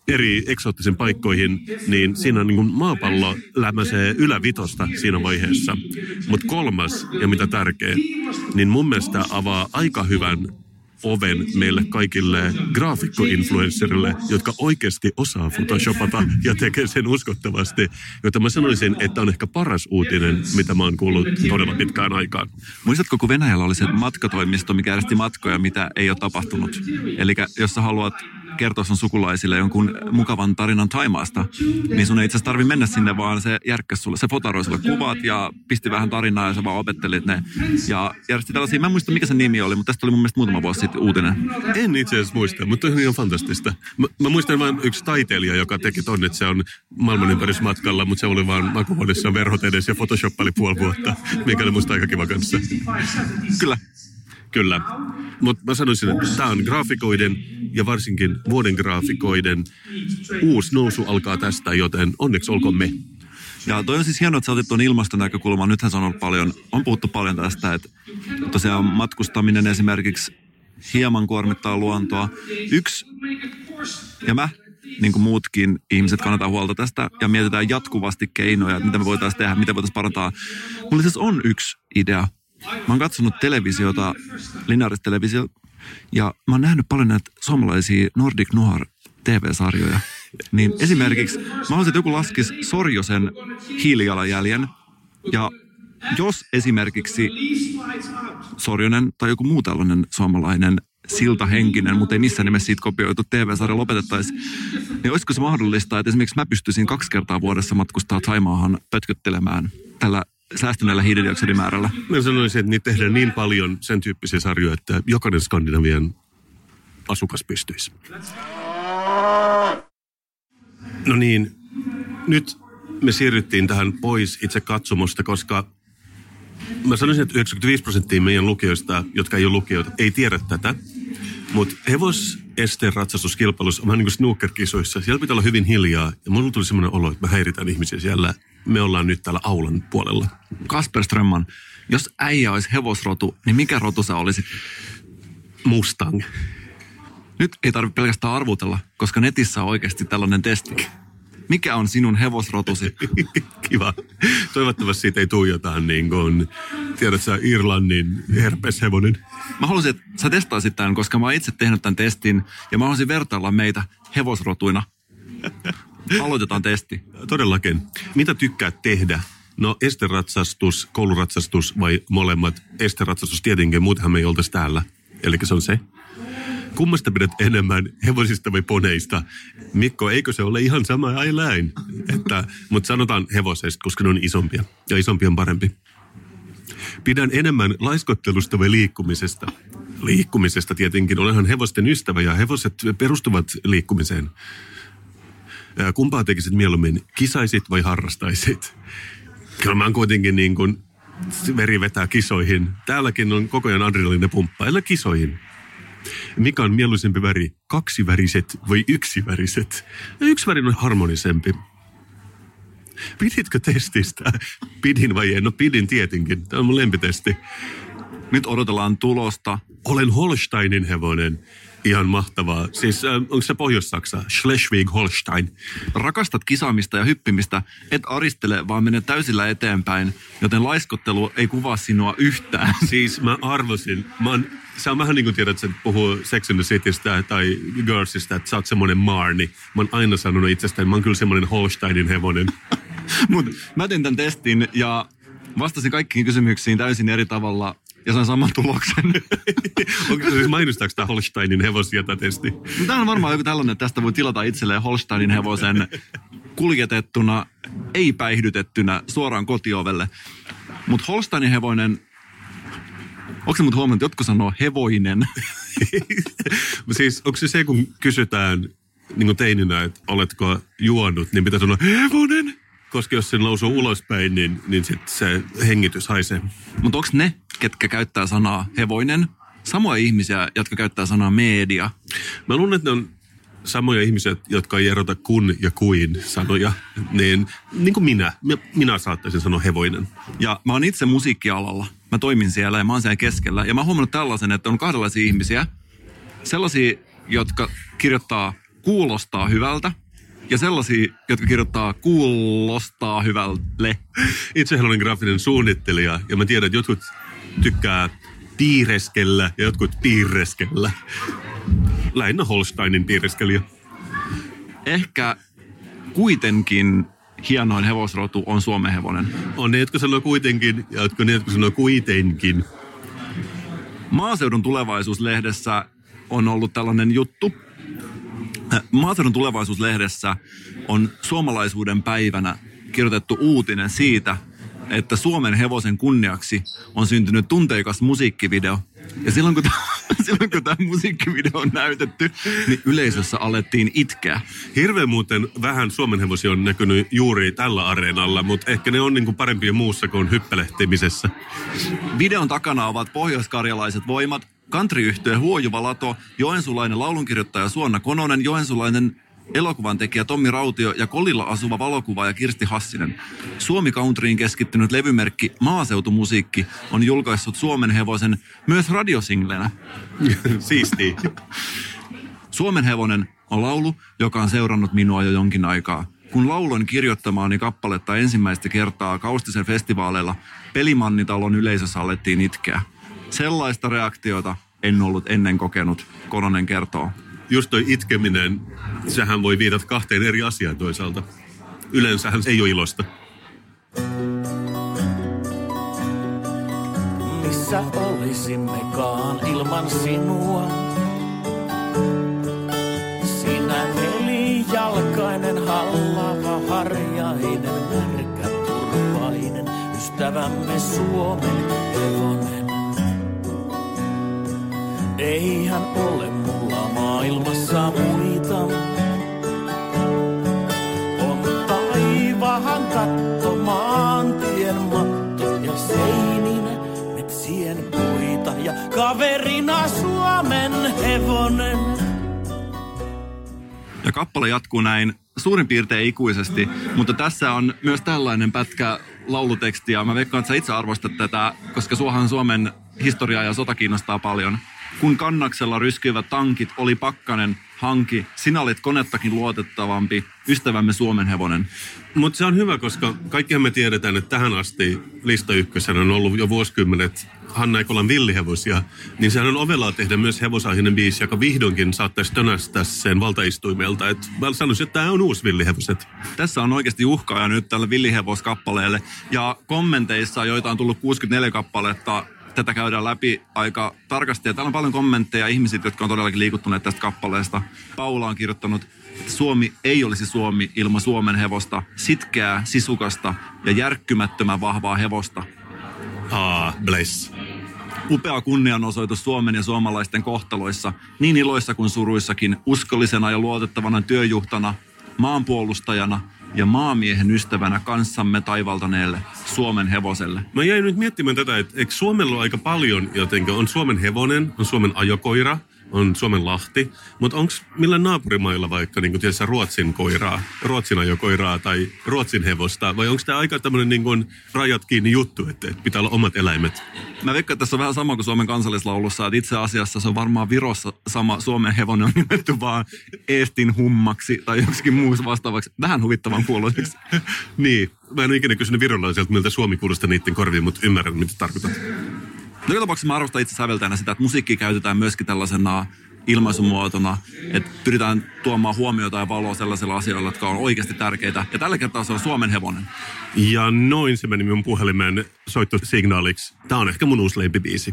eri eksoottisiin paikkoihin, niin siinä on niin kuin maapallo lämäsee ylävitosta siinä vaiheessa. Mutta kolmas, ja mitä tärkeä, niin mun mielestä avaa aika hyvän oven meille kaikille graafikkoinfluencerille, jotka oikeasti osaa photoshopata ja tekee sen uskottavasti, joten mä sanoisin, että on ehkä paras uutinen, mitä mä oon kuullut todella pitkään aikaan. Muistatko, kun Venäjällä oli se matkatoimisto, mikä järjesti matkoja, mitä ei ole tapahtunut? Eli jos sä haluat kertoa sun sukulaisille jonkun mukavan tarinan Thaimaasta, niin sun ei itse asiassa tarvitse mennä sinne, vaan se järkkäsi sulle, se fotaroi sulle kuvat ja pisti vähän tarinaa ja sä vaan opettelit ne. Ja järjesti tällaisia, mä en muista mikä se nimi oli, mutta tästä oli mun mielestä muutama vuosi sitten uutinen. En itse asiassa muista, mutta on ihan fantastista. Mä, mä muistan vain yksi taiteilija, joka teki ton, että se on maailmanympärysmatkalla, mutta se oli vaan makuuhuoneessa verhot edes ja photoshoppali puoli vuotta, mikä oli musta aika kiva kanssa. Kyllä. Kyllä. Mutta mä sanoisin, että tämä on graafikoiden ja varsinkin vuoden graafikoiden uusi nousu alkaa tästä, joten onneksi olkoon me. Ja toi on siis hienoa, että sä otit tuon ilmastonäkökulman. Nythän se on ollut paljon, on puhuttu paljon tästä, että tosiaan matkustaminen esimerkiksi hieman kuormittaa luontoa. Yksi, ja mä, niin kuin muutkin ihmiset, kannataan huolta tästä ja mietitään jatkuvasti keinoja, että mitä me voitaisiin tehdä, mitä voitaisiin parantaa. Mulla siis on yksi idea. Mä oon katsonut televisiota, lineaarista televisiota, ja mä oon nähnyt paljon näitä suomalaisia Nordic Noir T V-sarjoja. Niin esimerkiksi mä haluaisin, että joku laskisi Sorjosen hiilijalanjäljen, ja jos esimerkiksi Sorjonen tai joku muu tällainen suomalainen siltahenkinen, mutta ei missään nimessä siitä kopioitu T V-sarja lopetettaisiin, niin olisiko se mahdollista, että esimerkiksi mä pystyisin kaksi kertaa vuodessa matkustaa Thaimaahan pötköttelemään tällä säästyneellä hiilidioksidimäärällä? Mä sanoisin, että niitä tehdään niin paljon sen tyyppisiä sarjoja, että jokainen Skandinavian asukas pystyisi. No niin, nyt me siirryttiin tähän pois itse katsomosta, koska mä sanoisin, että yhdeksänkymmentäviisi prosenttia meidän lukijoista, jotka ei ole lukijoita, ei tiedä tätä. Mutta hevosesteen ratsastuskilpailussa on vähän niin kuin snookerkisoissa. Siellä pitää olla hyvin hiljaa. Ja mulla tuli semmoinen olo, että mä häiritän ihmisiä siellä. Me ollaan nyt täällä aulan puolella. Kasper Strömman, jos äijä olisi hevosrotu, niin mikä rotu sä olisit? Mustang. Nyt ei tarvitse pelkästään arvutella, koska netissä on oikeasti tällainen testi. Mikä on sinun hevosrotusi? Kiva. Toivottavasti siitä ei tule jotain niin kuin, tiedät sä, Irlannin herpeshevonen. Mä haluaisin, että sä testaisit tämän, koska mä oon itse tehnyt tämän testin ja mä haluaisin vertailla meitä hevosrotuina. Aloitetaan testi. Todellakin. Mitä tykkäät tehdä? No esteratsastus, kouluratsastus vai molemmat? Esteratsastus tietenkin, muutenhan me ei oltaisi täällä. Eli se on se. Kummasta pidät enemmän, hevosista vai poneista? Mikko, eikö se ole ihan sama ailäin? Että, mutta sanotaan hevosesta, koska ne on isompia. Ja isompi on parempi. Pidän enemmän laiskottelusta vai liikkumisesta? Liikkumisesta tietenkin. Olenhan hevosten ystävä ja hevoset perustuvat liikkumiseen. Kumpaa tekisit mieluummin? Kisaisit vai harrastaisit? Kyllä mä oon kuitenkin niin kuin veri vetää kisoihin. Täälläkin on koko ajan adrenaliini pumppaa. Älä kisoihin. Mikä on mieluisempi väri? Kaksiväriset vai yksiväriset? Yksi väri on harmonisempi. Piditkö testistä? Pidin vai ei? No pidin tietenkin. Tämä on mun lempitesti. Nyt odotellaan tulosta. Olen Holsteinin hevonen. Ihan mahtavaa. Siis äh, onko se Pohjois-Saksa? Schleswig-Holstein. Rakastat kisaamista ja hyppimistä, et aristele, vaan mene täysillä eteenpäin, joten laiskottelu ei kuvaa sinua yhtään. Siis mä arvosin. Mä oon, se on vähän niin kuin tiedät, että sä puhuu Sex and the Citystä tai Girlsista, että sä oot semmoinen Marni. Mä oon aina sanonut itsestäni, mä oon kyllä semmoinen Holsteinin hevonen. Mut mä tein tämän testin ja vastasin kaikkiin kysymyksiin täysin eri tavalla. Ja sain saman tuloksen. Onko se siis mainostaako tämä Holsteinin hevosjätätesti? No, tämä on varmaan joku tällainen, että tästä voi tilata itselleen Holsteinin hevosen kuljetettuna, ei päihdytettynä, suoraan kotiovelle. Mutta Holsteinin hevonen, onko se mut huomannut, että jotkut sanoo hevoinen? Siis onko se se, kun kysytään niin kuin teininä, että oletko juonut, niin pitää sanoa hevonen? Koska jos se nousuu ulospäin, niin, niin sit se hengitys haisee. Mutta onko ne, ketkä käyttää sanaa hevoinen, samoja ihmisiä, jotka käyttää sanaa media? Mä luulen, että ne on samoja ihmisiä, jotka ei erota kun ja kuin sanoja. Niin, niin kuin minä. Minä saattaisin sanoa hevoinen. Ja mä oon itse musiikkialalla. Mä toimin siellä ja mä oon siellä keskellä. Ja mä oon huomannut tällaisen, että on kahdenlaisia ihmisiä. Sellaisia, jotka kirjoittaa kuulostaa hyvältä ja sellaisia, jotka kirjoittaa kuulostaa hyvälle. Itsehän olin graafinen suunnittelija ja mä tiedän, että jotkut tykkää piireskellä ja jotkut piirreskellä. Lähinnä Holsteinin piireskelijä. Ehkä kuitenkin hienoin hevosrotu on Suomen hevonen. On ne, jotka sanoo kuitenkin ja jotka ne, jotka sanoo kuitenkin. Maaseudun tulevaisuuslehdessä on ollut tällainen juttu. Maaseudun tulevaisuuslehdessä on suomalaisuuden päivänä kirjoitettu uutinen siitä, että Suomen hevosen kunniaksi on syntynyt tunteikas musiikkivideo. Ja silloin kun, silloin kun tämä musiikkivideo on näytetty, niin yleisössä alettiin itkeä. Hirveän muuten vähän Suomen hevosia on näkynyt juuri tällä areenalla, mutta ehkä ne on niin kuin parempia muussa kuin hyppelehtimisessä. Videon takana ovat pohjoiskarjalaiset voimat, country-yhtye Huojuva Lato, joensulainen laulunkirjoittaja Suonna Kononen, joensulainen elokuvan tekijä Tommi Rautio ja Kolilla asuva valokuvaaja Kirsti Hassinen. Suomi Countryin keskittynyt levymerkki Maaseutumusiikki on julkaissut Suomen hevosen myös radiosinglenä. Siistiä. Suomen hevonen on laulu, joka on seurannut minua jo jonkin aikaa. Kun lauloin kirjoittamaani kappaletta ensimmäistä kertaa Kaustisen festivaaleilla, Pelimannitalon yleisössä alettiin itkeä. Sellaista reaktiota en ollut ennen kokenut, Kononen kertoo. Just toi itkeminen, sehän voi viitata kahteen eri asiaan toisaalta. Yleensähän ei ole ilosta. Missä olisimmekaan ilman sinua? Sinä nelijalkainen, hallava, harjainen, märkä, turvainen, ystävämme Suomen hevonen. Eihän ole mulla maailmassa muita. On taivahan katto, maantien matto ja seininä metsien puita ja kaverina Suomen hevonen. Ja kappale jatkuu näin suurin piirtein ikuisesti, mutta tässä on myös tällainen pätkä laulutekstiä. Mä veikkaan, että sä itse arvostat tätä, koska suohan Suomen historiaa ja sota kiinnostaa paljon. Kun kannaksella ryskyivät tankit, oli pakkanen, hanki, sinä olet konettakin luotettavampi, ystävämme Suomen hevonen. Mutta se on hyvä, koska kaikkihan me tiedetään, että tähän asti lista ykkösen on ollut jo vuosikymmenet Hanna Ekolan villihevosia, niin sehän on ovelaa tehdä myös hevosaiheinen biisi, joka vihdoinkin saattaisi tönästä sen valtaistuimelta. Et mä sanoisin, että tämä on uusi villihevoset. Tässä on oikeasti uhkaaja nyt tälle villihevoskappaleelle. Ja kommenteissa, joita on tullut kuusikymmentäneljä kappaletta, tätä käydään läpi aika tarkasti. Ja täällä on paljon kommentteja ihmiset, jotka on todellakin liikuttuneet tästä kappaleesta. Paula on kirjoittanut, että Suomi ei olisi Suomi ilman Suomen hevosta, sitkeää, sisukasta ja järkkymättömän vahvaa hevosta. Ah, bless. Upea kunnianosoitus Suomen ja suomalaisten kohtaloissa, niin iloissa kuin suruissakin, uskollisena ja luotettavana työjuhtana, maanpuolustajana ja maamiehen ystävänä kanssamme taivaltaneelle Suomen hevoselle. Mä jäin nyt miettimään tätä, että eikö Suomella ole aika paljon jotenkin, on Suomen hevonen, on Suomen ajokoira, on Suomen lahti, mutta onko millä naapurimailla vaikka niin tietysti Ruotsin koiraa, Ruotsin ajokoiraa tai Ruotsin hevosta, vai onko tämä aika tämmöinen niin kuin rajat kiinni juttu, että pitää olla omat eläimet? Mä veikkaan, että tässä on vähän sama kuin Suomen kansallislaulussa, että itse asiassa se on varmaan Virossa sama Suomen hevonen on nimetty vaan Eestin hummaksi tai joksikin muuksi vastaavaksi. Vähän huvittavan kuuloiseksi. Niin, mä en ole ikinä kysynyt virolaiselta, miltä Suomi kuulostaa niiden korviin, mutta ymmärrän, mitä tarkoitat. No joka tapauksessa mä arvostan itse säveltäjänä sitä, että musiikki käytetään myöskin tällaisena ilmaisumuotona, että pyritään tuomaan huomiota ja valoa sellaisilla asioilla, jotka on oikeasti tärkeitä. Ja tällä kertaa se on Suomen hevonen. Ja noin se meni minun puhelimen soittosignaaliksi. Tää on ehkä mun uusi lempibiisi.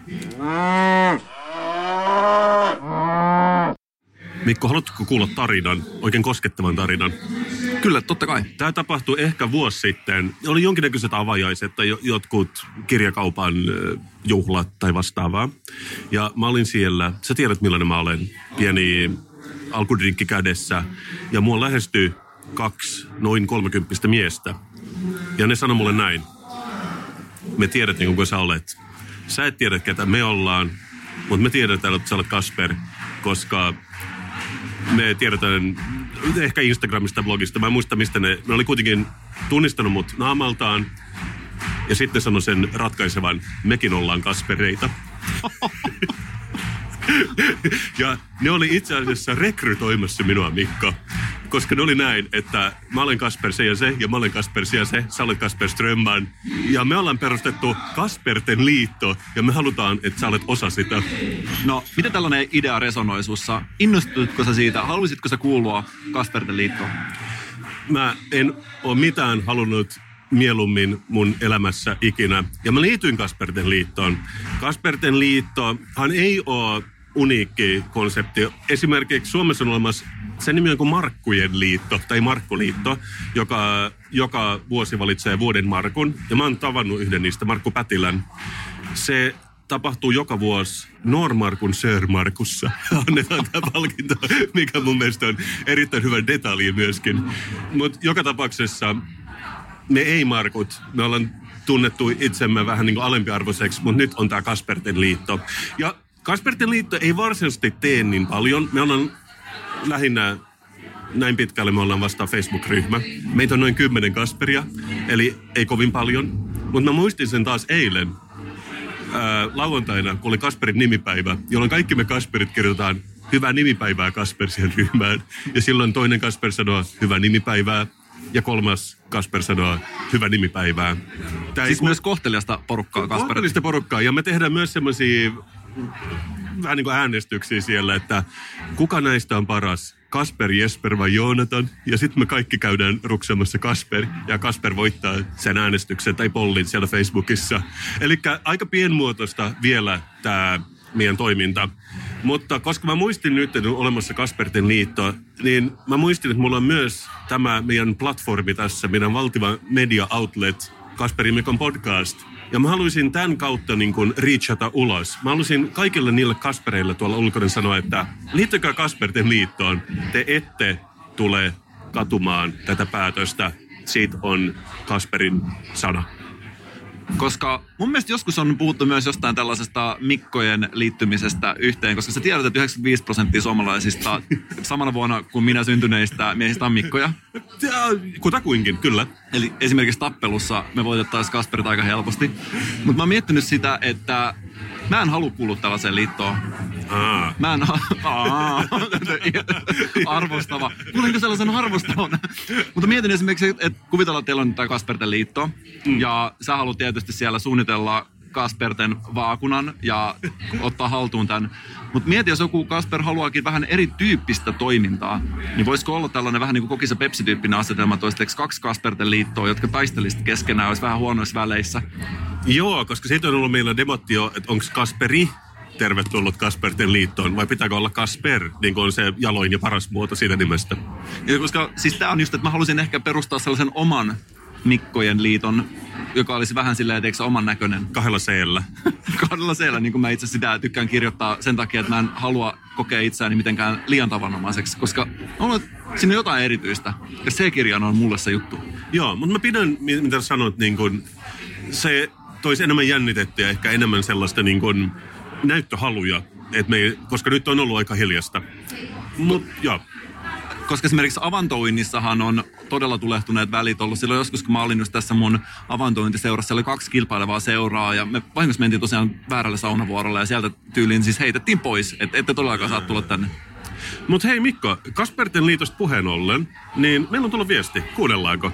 Mikko, haluatko kuulla tarinan, oikein koskettavan tarinan? Kyllä, totta kai. Tämä tapahtui ehkä vuosi sitten. Oli jonkinnäköiset avajaiset tai jotkut kirjakaupan juhlat tai vastaavaa. Ja mä olin siellä, sä tiedät millainen mä olen, pieni alkudrinkki kädessä. Ja mua lähestyi kaksi noin kolmekymppistä miestä. Ja ne sanoi mulle näin. Me tiedät niin kuin sä olet. Sä et tiedä ketä me ollaan, mutta me tiedetään, että sä olet Kasper, koska me tiedetään ehkä Instagramista, blogista. Mä en muista, mistä ne, ne oli kuitenkin tunnistanut mut naamaltaan. Ja sitten sanoi sen ratkaisevan, mekin ollaan Kaspereita. Ja ne oli itse asiassa rekrytoimassa minua, Mikko. Koska ne oli näin, että mä olen Kasper se ja se, ja mä olen Kasper se ja se, sä olet Kasper Strömman. Ja me ollaan perustettu Kasperten liitto, ja me halutaan, että sä olet osa sitä. No, miten tällainen idea resonoi sussa? Innostutko sä siitä? Haluaisitko sä kuulua Kasperten liittoon? Mä en ole mitään halunnut mieluummin mun elämässä ikinä. Ja mä liityin Kasperten liittoon. Kasperten liittohan ei ole uniikki konsepti. Esimerkiksi Suomessa on olemassa, sen nimi on kuin Markkujen liitto, tai Markkuliitto, joka joka vuosi valitsee vuoden Markun. Ja mä oon tavannut yhden niistä, Markku Pätilän. Se tapahtuu joka vuosi Normarkun Sörmarkussa. Annetaan tämä palkinto, mikä mun mielestä on erittäin hyvä detalji myöskin. Mutta joka tapauksessa me ei-Markut, me ollaan tunnettu itsemme vähän niin kuin alempiarvoiseksi, mutta nyt on tämä Kasperten liitto. Ja Kasperten liitto ei varsinaisesti tee niin paljon. Me ollaan lähinnä, näin pitkälle me ollaan vasta Facebook-ryhmä. Meitä on noin kymmenen Kasperia, eli ei kovin paljon. Mutta mä muistin sen taas eilen, ää, lauantaina, kun oli Kasperin nimipäivä, jolloin kaikki me Kasperit kirjoitetaan hyvää nimipäivää Kasper siihen ryhmään. Ja silloin toinen Kasper sanoo hyvää nimipäivää. Ja kolmas Kasper sanoo hyvää nimipäivää. Tää siis ei, myös kohteliasta porukkaa, Kasper. Kohteliasta porukkaa. Ja me tehdään myös semmoisia vähän niin kuin äänestyksiä siellä, että kuka näistä on paras? Kasper, Jesper vai Joonatan? Ja sitten me kaikki käydään ruksemassa Kasper. Ja Kasper voittaa sen äänestyksen tai pollin siellä Facebookissa. Eli aika pienmuotoista vielä tämä meidän toiminta. Mutta koska mä muistin nyt, että on olemassa Kasperten liitto, niin mä muistin, että mulla on myös tämä meidän platformi tässä, meidän valtiva media outlet, Kasperin Mikon podcast. Ja mä haluaisin tämän kautta niin kuin reachata ulos. Mä haluaisin kaikille niille Kaspereille tuolla ulkona sanoa, että liittykää Kasperten liittoon. Te ette tule katumaan tätä päätöstä. Siitä on Kasperin sana. Koska mun mielestä joskus on puhuttu myös jostain tällaisesta Mikkojen liittymisestä yhteen, koska sä tiedät, että yhdeksänkymmentäviisi prosenttia suomalaisista samana vuonna kuin minä syntyneistä miehistä on Mikkoja. Kutakuinkin, kyllä. Eli esimerkiksi tappelussa me voitettaisiin Kasperit aika helposti. Mutta mä oon miettinyt sitä, että mä en halua kuulua tällaiseen liittoon. Aa. Mä en aa, arvostava. Kuulinko sellaisen arvostavan? Mutta mietin esimerkiksi, että kuvitellaan, että teillä on tämä Kasperten liitto. Mm. Ja sä haluat tietysti siellä suunnitella Kasperten vaakunan ja ottaa haltuun tämän. Mutta mieti, jos joku Kasper haluaakin vähän erityyppistä toimintaa, niin voisiko olla tällainen vähän niin kuin Kokisa Pepsi-tyyppinen asetelma, että olisi kaksi Kasperten liittoa, jotka taistelisivat keskenään, olisi vähän huonoissa väleissä. Joo, koska siitä on ollut meillä demotti jo, että onko Kasperi tervetullut Kasperten liittoon, vai pitääkö olla Kasper, niin kuin on se jaloin ja paras muoto siitä nimestä. Ja koska siis tämä on just, että mä halusin ehkä perustaa sellaisen oman Mikkojen liiton, joka olisi vähän silleen, eikö oman näköinen. Kahdella seellä. Kahdella seellä, niin kuin mä itse sitä tykkään kirjoittaa sen takia, että mä en halua kokea itseäni mitenkään liian tavanomaiseksi, koska on siinä jotain erityistä. Ja C-kirja on mulle se juttu. Joo, mutta mä pidän, mitä sanot, niin kun, se toisi enemmän jännitettä ja ehkä enemmän sellaista niin kun, näyttöhaluja, että me, koska nyt on ollut aika hiljasta. Mut, joo. Koska esimerkiksi avantoinnissahan on todella tulehtuneet välit ollut. Silloin joskus, kun mä olin just tässä mun avantointiseurassa, oli kaksi kilpailevaa seuraa ja me vahingossa mentiin tosiaan väärälle saunavuorolle ja sieltä tyyliin siis heitettiin pois, että ette todellakaan saa tulla tänne. Mut hei Mikko, Kasperten liitosta puheen ollen, niin meillä on tullut viesti. Kuunnellaanko?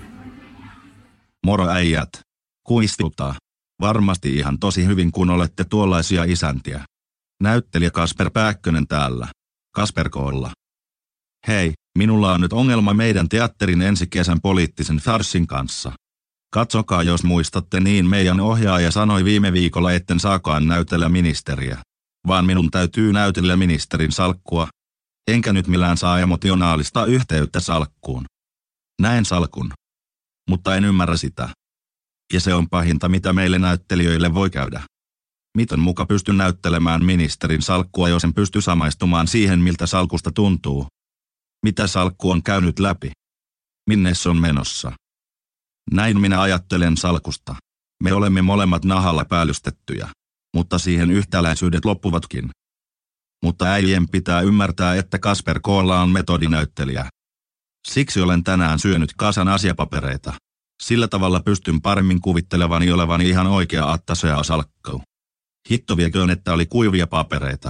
Moro äijät. Kuistuttaa. Varmasti ihan tosi hyvin, kun olette tuollaisia isäntiä. Näyttelijä Kasper Pääkkönen täällä. Kasper Koolla. Hei, minulla on nyt ongelma meidän teatterin ensi kesän poliittisen farssin kanssa. Katsokaa, jos muistatte, niin meidän ohjaaja sanoi viime viikolla, etten saakaan näytellä ministeriä. Vaan minun täytyy näytellä ministerin salkkua. Enkä nyt millään saa emotionaalista yhteyttä salkkuun. Näen salkun. Mutta en ymmärrä sitä. Ja se on pahinta, mitä meille näyttelijöille voi käydä. Miten muka pystyn näyttelemään ministerin salkkua, jos en pysty samaistumaan siihen, miltä salkusta tuntuu? Mitä salkku on käynyt läpi? Minne se on menossa? Näin minä ajattelen salkusta. Me olemme molemmat nahalla päällystettyjä, mutta siihen yhtäläisyydet loppuvatkin. Mutta äijien pitää ymmärtää, että Kasper Koolla on metodinäyttelijä. Siksi olen tänään syönyt kasan asiapapereita. Sillä tavalla pystyn paremmin kuvittelevani olevani ihan oikea attasea salkkau. Hitto vieköön, että oli kuivia papereita.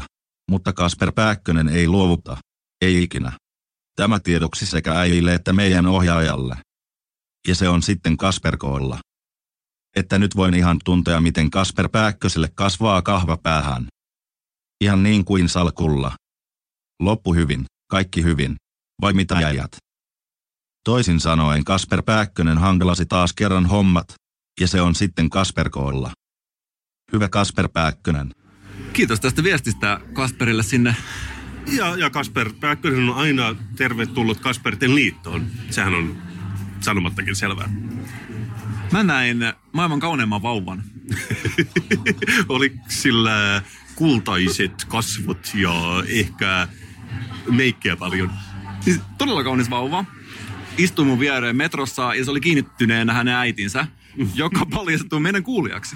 Mutta Kasper Pääkkönen ei luovuta. Ei ikinä. Tämä tiedoksi sekä äijille että meidän ohjaajalle. Ja se on sitten Kasper K:lla. Että nyt voin ihan tuntea, miten Kasper Pääkköselle kasvaa kahva päähän. Ihan niin kuin salkulla. Loppu hyvin, kaikki hyvin. Vai mitä jäjät? Toisin sanoen Kasper Pääkkönen hankalasi taas kerran hommat. Ja se on sitten Kasper K:lla. Hyvä Kasper Pääkkönen. Kiitos tästä viestistä Kasperille sinne. Ja, ja Kasper Pääkkönen on aina tervetullut Kasperten liittoon. Sehän on sanomattakin selvää. Mä näin maailman kauneimman vauvan. Oliko sillä kultaiset kasvot ja ehkä meikkiä paljon? Siis todella kaunis vauva. Istui mun viereen metrossa ja se oli kiinnittyneenä hänen äitinsä, joka paljastui meidän kuulijaksi.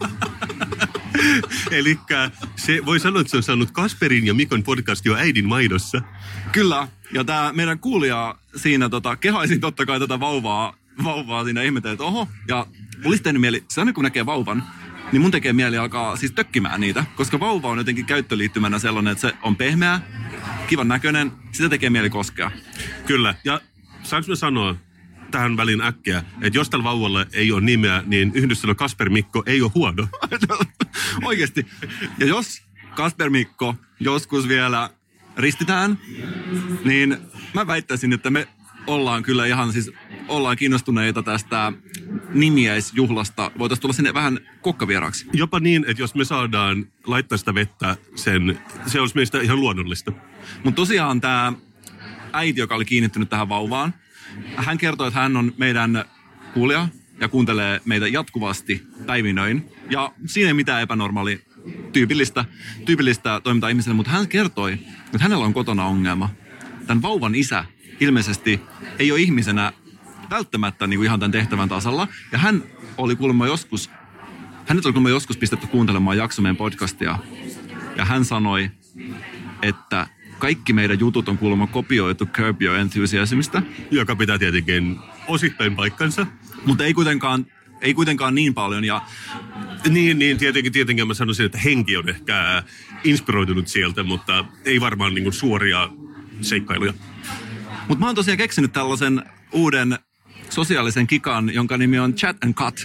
Elikkä se voi sanoa, että se on saanut Kasperin ja Mikon podcast jo äidin maidossa. Kyllä. Ja tää meidän kuulija siinä tota, kehaisin totta kai tätä vauvaa, vauvaa siinä ihmetellä, että oho. Ja olisi tehnyt mieli, se aina kun näkee vauvan, niin mun tekee mieli alkaa siis tökkimään niitä. Koska vauva on jotenkin käyttöliittymänä sellainen, että se on pehmeä, kivan näköinen, sitä tekee mieli koskea. Kyllä. Ja saanko mä sanoa tähän väliin äkkiä, että jos tällä vauvalla ei ole nimeä, niin yhdistely Kasper Mikko ei ole huono. Oikeasti. Ja jos Kasper Mikko joskus vielä ristitään, niin mä väittäisin, että me ollaan kyllä ihan siis, ollaan kiinnostuneita tästä nimiäisjuhlasta. Voitaisiin tulla sinne vähän kokkavieraaksi. Jopa niin, että jos me saadaan laittaa sitä vettä, sen, se olisi meistä ihan luonnollista. Mutta tosiaan tämä äiti, joka oli kiinnittynyt tähän vauvaan, hän kertoi, että hän on meidän kuulija ja kuuntelee meitä jatkuvasti päivinöin. Ja siinä ei mitään epänormaali tyypillistä, tyypillistä toimintaa ihmiselle, mutta hän kertoi, että hänellä on kotona ongelma. Tämän vauvan isä ilmeisesti ei ole ihmisenä välttämättä niin kuin ihan tämän tehtävän tasalla. Ja hän oli kuulemma joskus, hänet oli kuulemma joskus pistetty kuuntelemaan jakso meidän podcastia. Ja hän sanoi, että kaikki meidän jutut on kuulemma kopioitu Curb Your Enthusiasmista. Joka pitää tietenkin osittain paikkansa. Mutta ei kuitenkaan, ei kuitenkaan niin paljon. Ja niin, niin tietenkin, tietenkin mä sanoisin, että henki on ehkä inspiroitunut sieltä, mutta ei varmaan niin kuin suoria seikkailuja. Mutta mä oon tosiaan keksinyt tällaisen uuden sosiaalisen kikan, jonka nimi on Chat and Cut.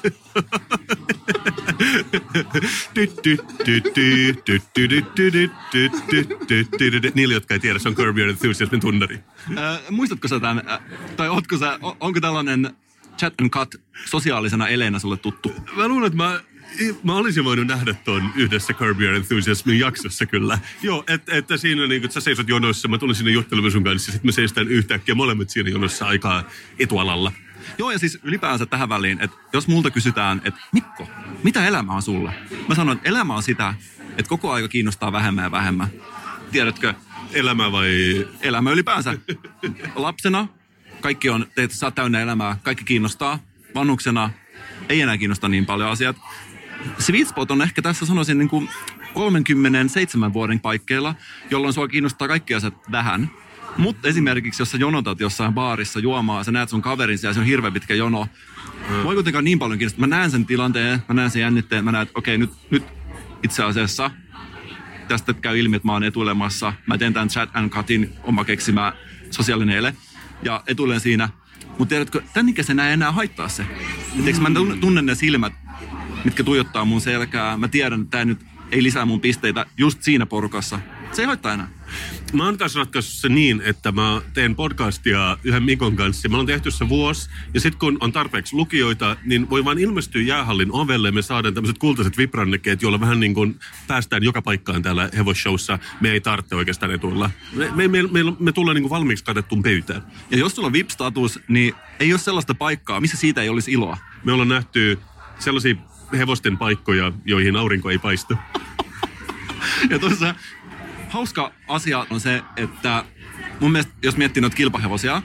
Niille, jotka ei tiedä, se on Curb Your Enthusiasmin tunnari. Äh, muistatko sä tämän, äh, tai ootko sä, onko tällainen Chat and Cut sosiaalisena eleenä sulle tuttu? Mä luulen, että mä, mä olisin voinut nähdä ton yhdessä Curb Your Enthusiasmin jaksossa kyllä. Joo, että et siinä niin, että sä seisot jonossa, mä tulin sinne juttelemaan sun kanssa, ja sitten me seistään yhtäkkiä molemmat siinä jonossa aikaa etualalla. Joo, ja siis ylipäänsä tähän väliin, että jos multa kysytään, että Mikko, mitä elämä on sulle? Mä sanon, että elämä on sitä, että koko aika kiinnostaa vähemmän ja vähemmän. Tiedätkö? Elämä vai? Elämä ylipäänsä. Lapsena kaikki on, teet, sä oot täynnä elämää, kaikki kiinnostaa. Vanhuksena ei enää kiinnosta niin paljon asiat. Sweet spot on ehkä tässä sanoisin niin kuin kolmekymmentäseitsemän vuoden paikkeilla, jolloin sua kiinnostaa kaikki asiat vähän. Mutta esimerkiksi, jos sä jonotat jossain baarissa juomaa, sä näet sun kaverin siellä, se on hirveän pitkä jono. Mm. Voi kuitenkaan niin paljon kiinnostaa. Mä näen sen tilanteen, mä näen sen jännitteen, mä näen, että okei, nyt, nyt itse asiassa tästä käy ilmi, että mä oon etuilemassa. Mä teen tämän Chat and Cutin oma keksimä sosiaalinen ele ja etuilen siinä. Mutta tiedätkö, tän ikäisenä ei enää haittaa se. Et eikö mä tunnen ne silmät, mitkä tuijottaa mun selkää. Mä tiedän, että tää nyt ei lisää mun pisteitä just siinä porukassa. Se ei haittaa enää. Mä oon kanssa ratkaissut se niin, että mä teen podcastia yhden Mikon kanssa. Me ollaan tehty se vuosi. Ja sitten kun on tarpeeksi lukijoita, niin voi vaan ilmestyä jäähallin ovelle. Me saadaan tämmöiset kultaiset vibrannekkeet, joilla vähän niin kuin päästään joka paikkaan täällä Hevosshowssa. Me ei tarvitse oikeastaan etuilla. Me, me, me, me, me tullaan niin kuin valmiiksi katettuun pöytään. Ja jos sulla on V I P-status, niin ei ole sellaista paikkaa, missä siitä ei olisi iloa. Me ollaan nähty sellaisia hevosten paikkoja, joihin aurinko ei paistu. Ja tuossa hauska asia on se, että mun mielestä, jos miettii noita kilpahevosia,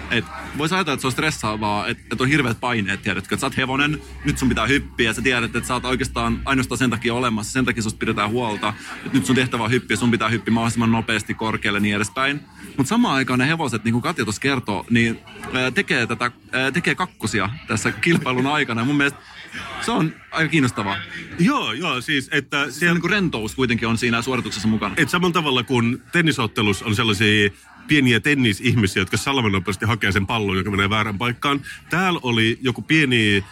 Et vois ajatella, että se on stressaavaa, että et on hirveät paineet, tiedätkö, että sä oot hevonen, nyt sun pitää hyppiä, ja sä tiedät, että sä oot oikeastaan ainoastaan sen takia olemassa, sen takia susta pidetään huolta, että nyt sun tehtävä on hyppiä, sun pitää hyppiä mahdollisimman nopeasti korkealle niin edespäin. Mutta samaan aikaan ne hevoset, niin kuin Katja tuossa kertoo, niin ää, tekee, tätä, ää, tekee kakkosia tässä kilpailun aikana, ja mun mielestä se on aika kiinnostavaa. Joo, joo, siis että... Se on niin kuin rentous kuitenkin on siinä suorituksessa mukana. Et samalla tavalla kuin tennisottelussa on sellaisia pieniä tennisihmisiä, jotka salmenopeasti hakee sen pallon, joka menee väärän paikkaan. Täällä oli joku pieni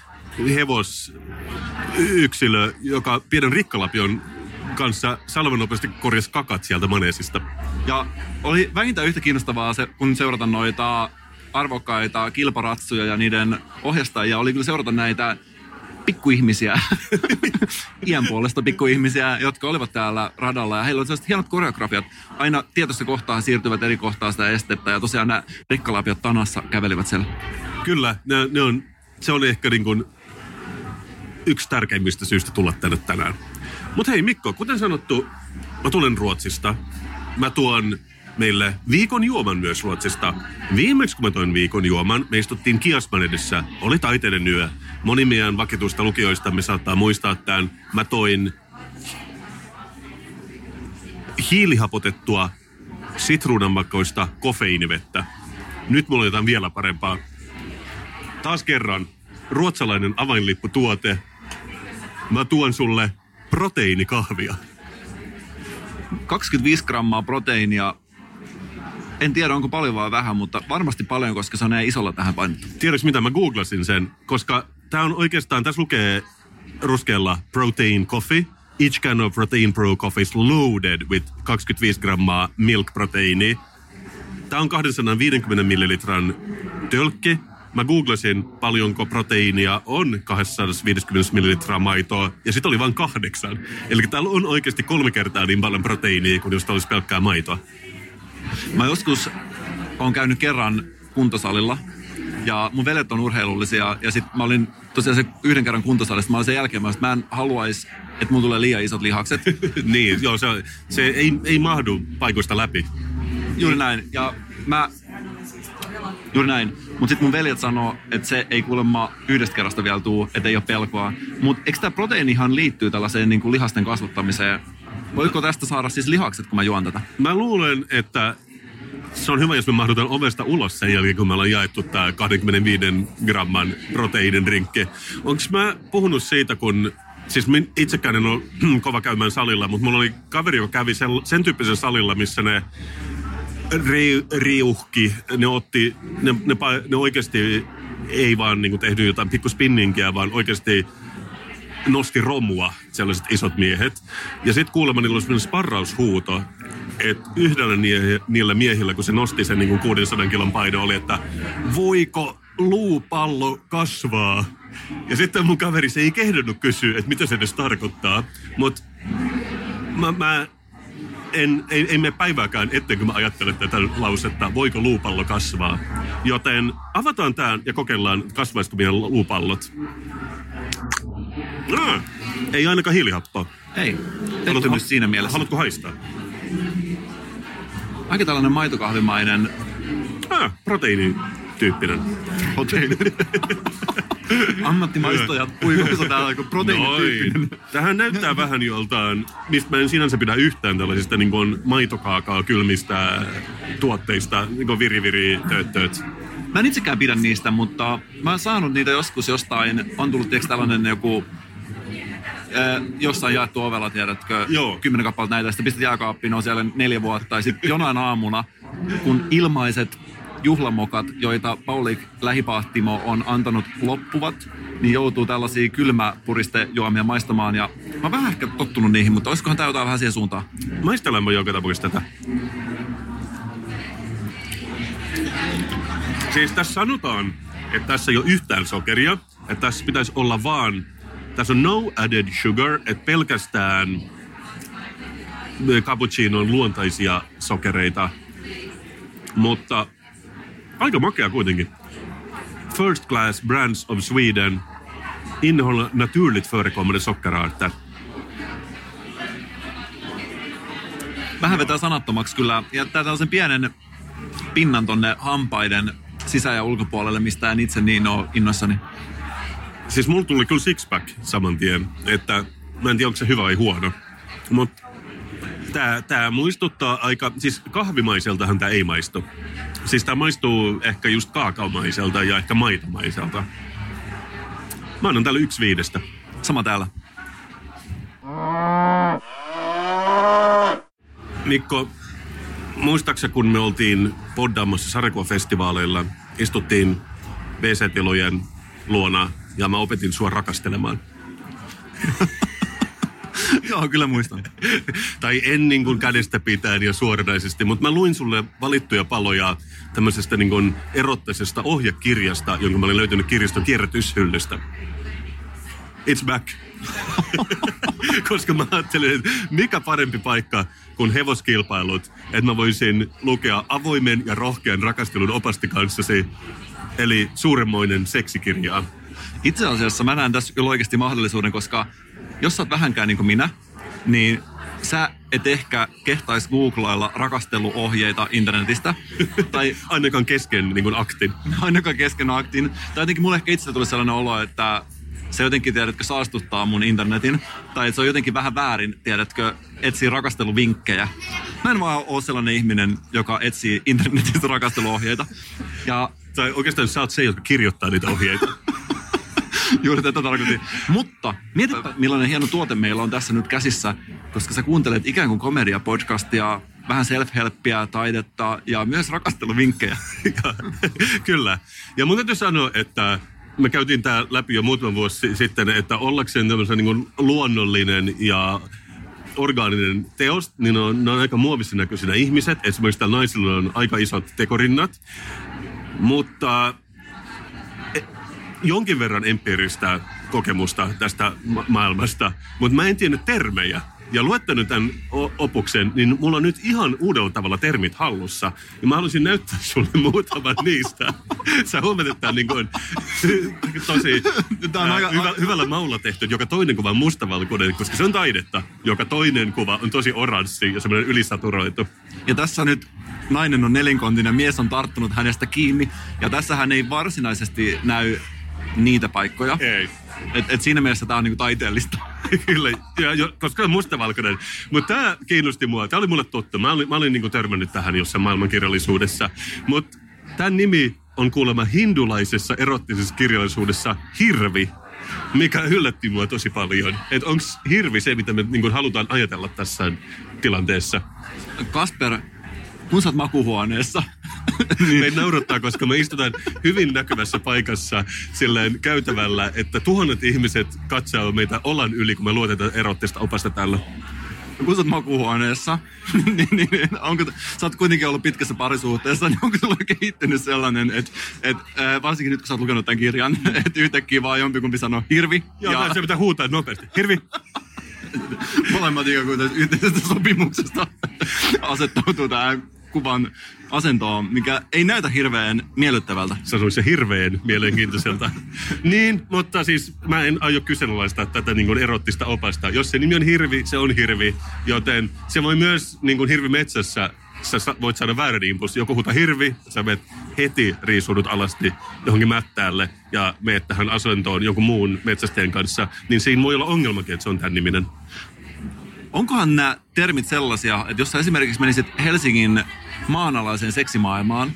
hevosyksilö, joka pienen rikkalapion kanssa salmenopeasti korjasi kakat sieltä maneesista. Ja oli vähintään yhtä kiinnostavaa se, kun seurata noita arvokkaita kilparatsuja ja niiden ohjastajia, oli kyllä seurata näitä pikkuihmisiä, iän puolesta pikkuihmisiä, jotka olivat täällä radalla. Ja heillä oli sellaiset hienot koreografiat. Aina tietyssä kohtaa siirtyvät eri kohtaa sitä estettä. Ja tosiaan nämä rikkalapiot tanassa kävelivät siellä. Kyllä, ne, ne on, se oli ehkä niin kuin yksi tärkeimmistä syystä tulla tänne tänään. Mutta hei Mikko, kuten sanottu, mä tulen Ruotsista. Mä tuon meille viikon juoman myös Ruotsista. Viimeksi kun mä toin viikon juoman, me istuttiin Kiasmanedissa. Oli taiteiden yö. Moni meidän vakituista lukijoista me saattaa muistaa tämän. Mä toin hiilihapotettua sitruunanmakkoista kofeiinivettä. Nyt mulla on jotain vielä parempaa. Taas kerran, ruotsalainen avainlipputuote. Mä tuon sulle proteiinikahvia. kaksikymmentäviisi grammaa proteiinia. En tiedä, onko paljon vai vähän, mutta varmasti paljon, koska se on näin isolla tähän painettu. Tiedätkö mitä? Mä googlasin sen, koska tää on oikeastaan, tässä lukee ruskealla protein coffee. Each can of protein pro coffee is loaded with kaksikymmentäviisi grammaa milk proteiini. Tää on kaksisataaviisikymmentä millilitran tölkki. Mä googlasin, paljonko proteiinia on kaksisataaviisikymmentä millilitraa maitoa, ja sit oli vain kahdeksan. Eli täällä on oikeasti kolme kertaa niin paljon proteiinia, kuin jos olisi pelkkää maitoa. Mä joskus oon käynyt kerran kuntosalilla, ja mun veljet on urheilullisia, ja sit mä olin tosiaan se yhden kerran kuntosalissa, mä olin sen jälkeen, että mä en haluaisi, että mulla tulee liian isot lihakset. Niin, joo, se, se ei, ei mahdu paikoista läpi. Juuri näin, ja mä... Juuri näin. Mutta sitten mun veljet sanoo, että se ei kuulemma yhdestä kerrasta vielä tuu, että ei ole pelkoa. Mutta eikö tämä proteiinihan liittyy tällaiseen niin kuin lihasten kasvattamiseen? Voiko tästä saada siis lihakset, kun mä juon tätä? Mä luulen, että se on hyvä, jos me mahdutaan ovesta ulos sen jälkeen, kun me ollaan jaettu tää kaksikymmentäviisi gramman proteiinin drinkki. Onko mä puhunut siitä, kun... Siis itsekään en ole kova käymään salilla, mutta mulla oli kaveri, joka kävi sen, sen tyyppisen salilla, missä ne... Ri, riuhki, ne otti, ne, ne, ne oikeasti ei vaan niin kuin tehnyt jotain pikku spinningiä, vaan oikeasti nosti romua, sellaiset isot miehet. Ja sitten kuulemma niillä oli sellainen sparraushuuto, että yhdellä niillä miehillä, kun se nosti sen niin kuin kuusisataa kilon paino, oli, että voiko luupallo kasvaa? Ja sitten mun kaveri, se ei kehdannut kysyä, että mitä se edes tarkoittaa, mutta mä... mä En, ei, ei mene päivääkään etten, kun mä ajattelen tätä lausetta, voiko luupallo kasvaa. Joten avataan tää ja kokeillaan, kasvaisiko meidän luupallot. Ah, ei ainakaan hiilihappoa. Ei, tehtymys siinä mielessä. Haluatko haistaa? Aika tällainen maitokahvimainen. Ah, proteiinityyppinen. Proteiini. Ammattimaistajat puikoissa täällä kuin proteiinityyppinen. Tähän näyttää vähän joltain, mistä mä en sinänsä pidä yhtään tällaisista niin kuin maitokaakaa kylmistä tuotteista, niin kuin viriviri tööttööt. Mä en itsekään pidä niistä, mutta mä oon saanut niitä joskus jostain, on tullut tiiäks tällainen joku, äh, jossain jaettu ovella, tiedätkö, Joo. kymmenen kappaletta näitä, sitten pistät jääkaappiin, ne on siellä neljä vuotta, ja sitten jonain aamuna, kun ilmaiset juhlamokat, joita Pauli lähipahtimo on antanut loppuvat, niin joutuu tällaisia kylmäpuristejuomia maistamaan. Ja mä oon vähän ehkä tottunut niihin, mutta olisikohan tää jotain vähän siihen suuntaan? Maistellaan mä joka tapauksessa tätä. Siis tässä sanotaan, että tässä ei ole yhtään sokeria, että tässä pitäisi olla vaan, tässä on no added sugar, että pelkästään cappuccinon luontaisia sokereita, mutta aika makea kuitenkin. First class brands of Sweden innehåller naturligt förekommande sockerarter. Vähän vetää sanattomaksi kyllä. Jättää tällaisen pienen pinnan tonne hampaiden sisä- ja ulkopuolelle, mistä en itse niin ole innoissani. Siis mulla tuli kyllä six-pack saman tien, että mä en tiedä, onko se hyvä vai huono. Mutta tää, tää muistuttaa aika, siis kahvimaiseltahan tää ei maistu. Siis tää maistuu ehkä just kaakaomaiselta ja ehkä maitomaiselta. Mä annan täällä yksi viidestä. Sama täällä. Mikko, muistaaksä kun me oltiin poddaamassa Sarekuva-festivaaleilla, istuttiin W C-tilojen luona ja mä opetin sua rakastelemaan. Joo, kyllä muistan. Tai en niin kuin kädestä pitäen ja suoranaisesti, mutta mä luin sulle valittuja paloja tämmöisestä niin kuin erottisesta ohjekirjasta, jonka mä olin löytänyt kirjaston kierrätyshyllystä. It's back. Koska mä ajattelin, että mikä parempi paikka kuin hevoskilpailut, että mä voisin lukea avoimen ja rohkean rakastelun opasti kanssasi, eli suuremmoinen seksikirjaa. Itse asiassa mä näen tässä kyllä oikeasti mahdollisuuden, koska jos sä oot vähänkään niin kuin minä, niin sä et ehkä kehtais googlailla rakasteluohjeita internetistä. Tai ainakaan kesken niin kuin aktin. Ainakaan kesken aktin. Tai jotenkin mulle ehkä itse tuli sellainen olo, että se jotenkin, tiedätkö, saastuttaa mun internetin. Tai että se on jotenkin vähän väärin, tiedätkö, etsii rakasteluvinkkejä. Mä en vaan ole sellainen ihminen, joka etsii internetistä rakasteluohjeita. Ja tai oikeastaan sä oot se, joka kirjoittaa niitä ohjeita. Juuri tätä tarkoitin. Mutta mietipä, millainen hieno tuote meillä on tässä nyt käsissä, koska sä kuuntelet ikään kuin komedia-podcastia, vähän self-helppiä, taidetta ja myös rakasteluvinkkejä. Kyllä. Ja mun täytyy sanoa, että me käytiin tää läpi jo muutama vuosi sitten, että ollakseen tämmöisen niin kuin luonnollinen ja orgaaninen teos, niin on, ne on aika muovissa näköisinä ihmiset. Esimerkiksi täällä naisilla on aika isot tekorinnat. Mutta jonkin verran empiiristä kokemusta tästä ma- maailmasta, mutta mä en tiennyt termejä. Ja luettanut tämän opuksen, niin mulla on nyt ihan uudella tavalla termit hallussa. Ja mä haluaisin näyttää sulle muutaman niistä. Sä huomaat, että tämä niin on tosi Tämä on aika hyvä, hyvällä maulla tehty. Joka toinen kuva on mustavalkoinen, koska se on taidetta. Joka toinen kuva on tosi oranssi ja semmoinen ylisaturoitu. Ja tässä nyt nainen on nelinkontinen, mies on tarttunut hänestä kiinni. Ja tässähän ei varsinaisesti näy niitä paikkoja. Ei. Et, et siinä mielessä tää on niinku taiteellista. Kyllä, ja, jo, koska on mustavalkoinen. Mutta tämä kiinnosti mua. Tämä oli mulle totta. Mä olin, mä olin niinku törmännyt tähän jossain maailmankirjallisuudessa. Mutta tämän nimi on kuulemma hindulaisessa erottisessa kirjallisuudessa hirvi, mikä yllätti mua tosi paljon. Että onko hirvi se, mitä me niinku halutaan ajatella tässä tilanteessa? Kasper, kun sä oot makuhuoneessa. Niin. Meitä naurattaa, koska me istutaan hyvin näkyvässä paikassa silleen käytävällä, että tuhannet ihmiset katsoo meitä olan yli, kun me luotetaan erottista opasta tällä. Kun sä oot makuhuoneessa, niin, niin onko, sä oot kuitenkin ollut pitkässä parisuhteessa, niin onko sulla kehittynyt sellainen, että et, varsinkin nyt kun sä oot lukenut tämän kirjan, että yhtäkkiä vaan jompikumpi sanoo hirvi. Joo, ja se pitää huutaa nopeasti. Hirvi! Molemmat ikään kuin yhteisestä sopimuksesta asettautuu tähän kuvan asentoon, mikä ei näytä hirveän miellyttävältä. Se on se hirveän mielenkiintoiselta. Niin, mutta siis mä en aio kyseenalaistaa tätä niin kuin erottista opasta. Jos se nimi on hirvi, se on hirvi, joten se voi myös niin kuin hirvi metsässä, sä voit saada väärän impulssi. Joku huutaa hirvi, sä menet heti riisuudut alasti johonkin mättäälle ja meet tähän asentoon jonkun muun metsästäjän kanssa, niin siinä voi olla ongelmakin, että se on tämän niminen. Onkohan nämä termit sellaisia, että jos sä esimerkiksi menisit Helsingin maanalaiseen seksimaailmaan,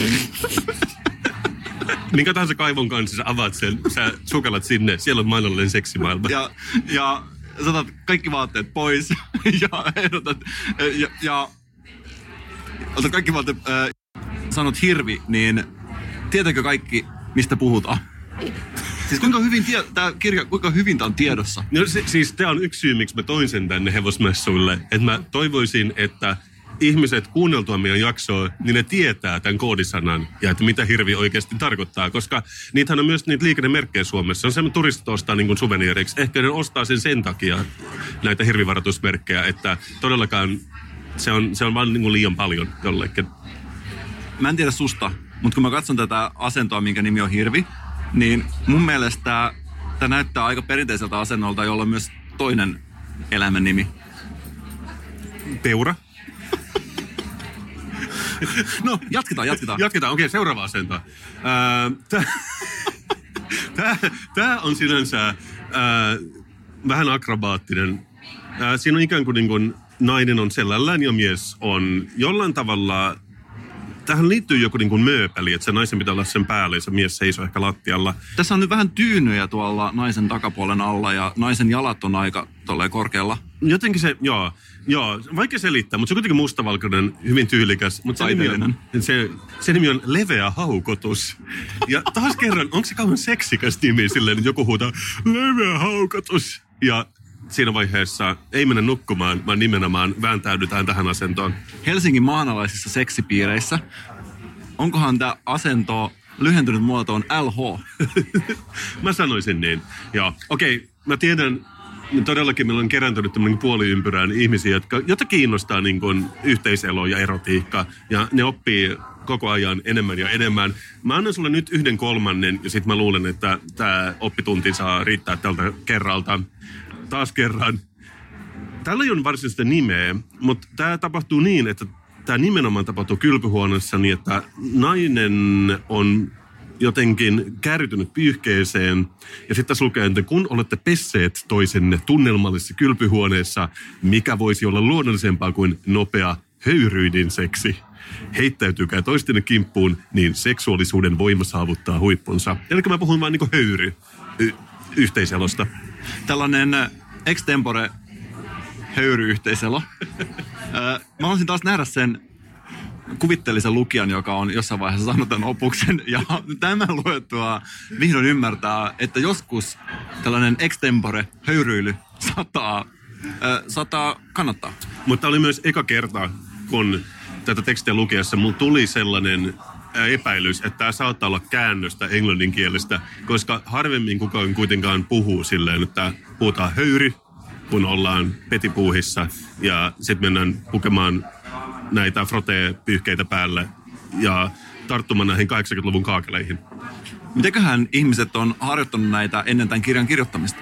minkä tahansa kaivon kanssa sä avaat sen, sä sukellat sinne, siellä on maanalainen seksimaailma. Ja, ja sä otat kaikki vaatteet pois ja ehdotat, ja, ja otat kaikki vaatteet, äh, sanot hirvi, niin tietääkö kaikki, mistä puhutaan? Siis kuinka hyvin, tie- tää kirja, kuinka hyvin tää on tiedossa? No se, siis tää on yksi syy, miksi mä toin sen tänne hevosmessuille. Että mä toivoisin, että ihmiset kuunneltua meidän jaksoa, niin ne tietää tämän koodisanan ja että mitä hirvi oikeasti tarkoittaa. Koska niitähän on myös niitä liikennemerkkejä Suomessa. On semmoinen turistit ostaa niin kuin suveniriksi. Ehkä ne ostaa sen sen takia näitä hirvivaroitusmerkkejä, että todellakaan se on, se on vaan niin kuin liian paljon jollekin. Mä en tiedä susta, mutta kun mä katson tätä asentoa, minkä nimi on hirvi, niin mun mielestä tämä näyttää aika perinteiseltä asennolta, jolla on myös toinen eläimen nimi. Peura. No, jatketaan, jatketaan. Jatketaan, okei, okay, seuraava asento. Tämä on sinänsä ää, vähän akrobaattinen. Ää, siinä on ikään kuin, niin kuin nainen on selällään ja mies on jollain tavalla... Tähän liittyy joku niin kuin mööpäli, että se naisen pitää olla sen päällä ja se mies seisoo ehkä lattialla. Tässä on nyt vähän tyynyjä tuolla naisen takapuolen alla ja naisen jalat on aika tolleen korkealla. Jotenkin se, joo, joo, vaikea selittää, mutta se on kuitenkin mustavalkoinen, hyvin tyylikäs. Mutta se nimi on, se, se nimi on Leveä haukotus. Ja taas kerran, onko se kauan seksikäs nimi silleen, että joku huutaa Leveä haukotus. Ja siinä vaiheessa ei mennä nukkumaan, vaan nimenomaan vääntäydytään tähän asentoon. Helsingin maanalaisissa seksipiireissä, onkohan tämä asento lyhentynyt muotoon L H? Mä sanoisin niin, joo. Okei, mä tiedän, todellakin meillä on kerääntynyt tämmöinen puoliympyrään ihmisiä, jotka, joita kiinnostaa niin kuin yhteiselo ja erotiikka, ja ne oppii koko ajan enemmän ja enemmän. Mä annan sulle nyt yhden kolmannen, ja sit mä luulen, että tämä oppitunti saa riittää tältä kerralta. Taas kerran. Tällä ei ole varsinaista nimeä, mutta tämä tapahtuu niin, että tämä nimenomaan tapahtuu kylpyhuoneessa niin, että nainen on jotenkin kärrytynyt pyyhkeeseen. Ja sitten tässä lukee, että kun olette pesseet toisenne tunnelmallisessa kylpyhuoneessa, mikä voisi olla luonnollisempaa kuin nopea höyryydin seksi. Heittäytykää toistenne kimppuun, niin seksuaalisuuden voima saavuttaa huippunsa. Eli mä puhun vaan niin kuin höyry y- yhteiselosta. Tällainen extempore höyryyhteiselo. Mä haluaisin taas nähdä sen kuvitteellisen lukijan, joka on jossain vaiheessa saanut tämän opuksen. Ja tämän luettua vihdoin ymmärtää, että joskus tällainen extempore höyryily saattaa, saattaa kannattaa. Mutta oli myös eka kerta, kun tätä tekstiä lukiessa mulla tuli sellainen epäilys, että tämä saattaa olla käännöstä englannin kielestä, koska harvemmin kukaan kuitenkaan puhuu silleen, että puhutaan höyry, kun ollaan petipuuhissa ja sitten mennään pukemaan näitä frotee-pyyhkeitä päälle ja tarttumaan näihin kahdeksankymmentäluvun kaakeleihin. Mitenköhän ihmiset on harjoittanut näitä ennen tämän kirjan kirjoittamista?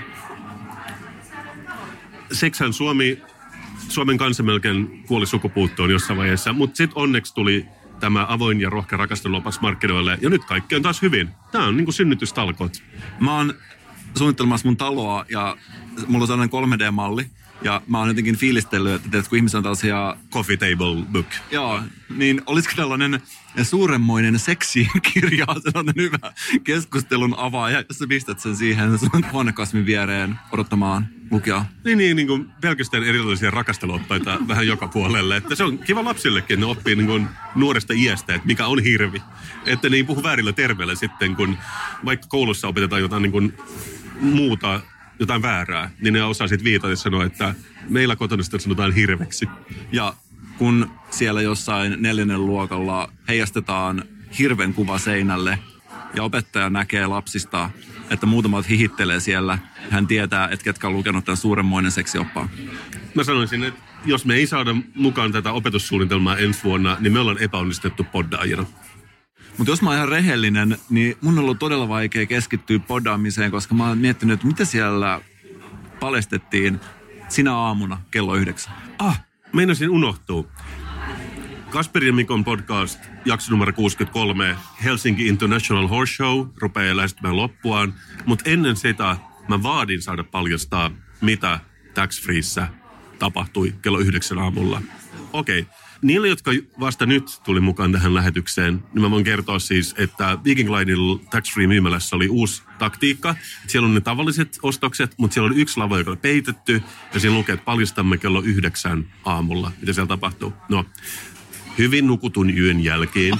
Seksihän Suomi, Suomen kansa melkein kuoli sukupuuttoon jossain vaiheessa, mutta sitten onneksi tuli tämä avoin ja rohkea rakasteluopas markkinoille. Ja nyt kaikki on taas hyvin. Tämä on niin kuin synnytystalkoot. Mä oon suunnittelemassa mun taloa ja mulla on sellainen kolme D-malli. Ja mä oon jotenkin fiilistellyt, että tiedät, kun ihmiset on tällaisia... Coffee table book. Joo, niin olisiko tällainen suuremmoinen seksikirja, sellainen hyvä keskustelun avaaja, jos sä pistät sen siihen sun huonekasvin viereen odottamaan lukijaa. Niin, niin, niin kuin pelkästään erilaisia rakasteluoppaita vähän joka puolelle. Että se on kiva lapsillekin, ne oppii niin kuin nuoresta iästä, että mikä on hirvi. Että ne ei puhu väärillä terveillä sitten, kun vaikka koulussa opetetaan jotain niin kuin muuta, jotain väärää, niin ne osaa sitten viitata ja sanoa, että meillä kotona sitten sanotaan hirveksi. Ja kun siellä jossain neljännen luokalla heijastetaan hirven kuva seinälle ja opettaja näkee lapsista, että muutamat hihittelee siellä, hän tietää, että ketkä on lukenut tämän suuremmoinen seksioppaan. Mä sanoisin, että jos me ei saada mukaan tätä opetussuunnitelmaa ensi vuonna, niin me ollaan epäonnistettu poddaajina. Mutta jos mä oon ihan rehellinen, niin mun on ollut todella vaikea keskittyä poddaamiseen, koska mä oon miettinyt, että mitä siellä paljastettiin sinä aamuna kello yhdeksän. Ah, meinasin unohtuu. Kasper ja Mikon podcast, jakso numero kuusikymmentäkolme, Helsinki International Horse Show, rupeaa lähestymään loppuaan. Mutta ennen sitä mä vaadin saada paljastaa, mitä Tax Freeissä tapahtui kello yhdeksän aamulla. Okei. Okay. Niille, jotka vasta nyt tuli mukaan tähän lähetykseen, niin mä voin kertoa siis, että Viking Linella Tax Free myymälässä oli uusi taktiikka. Siellä on ne tavalliset ostokset, mutta siellä oli yksi lava, joka oli peitetty, ja siinä lukee, että paljastamme kello yhdeksän aamulla, mitä siellä tapahtuu. No, hyvin nukutun yön jälkeen.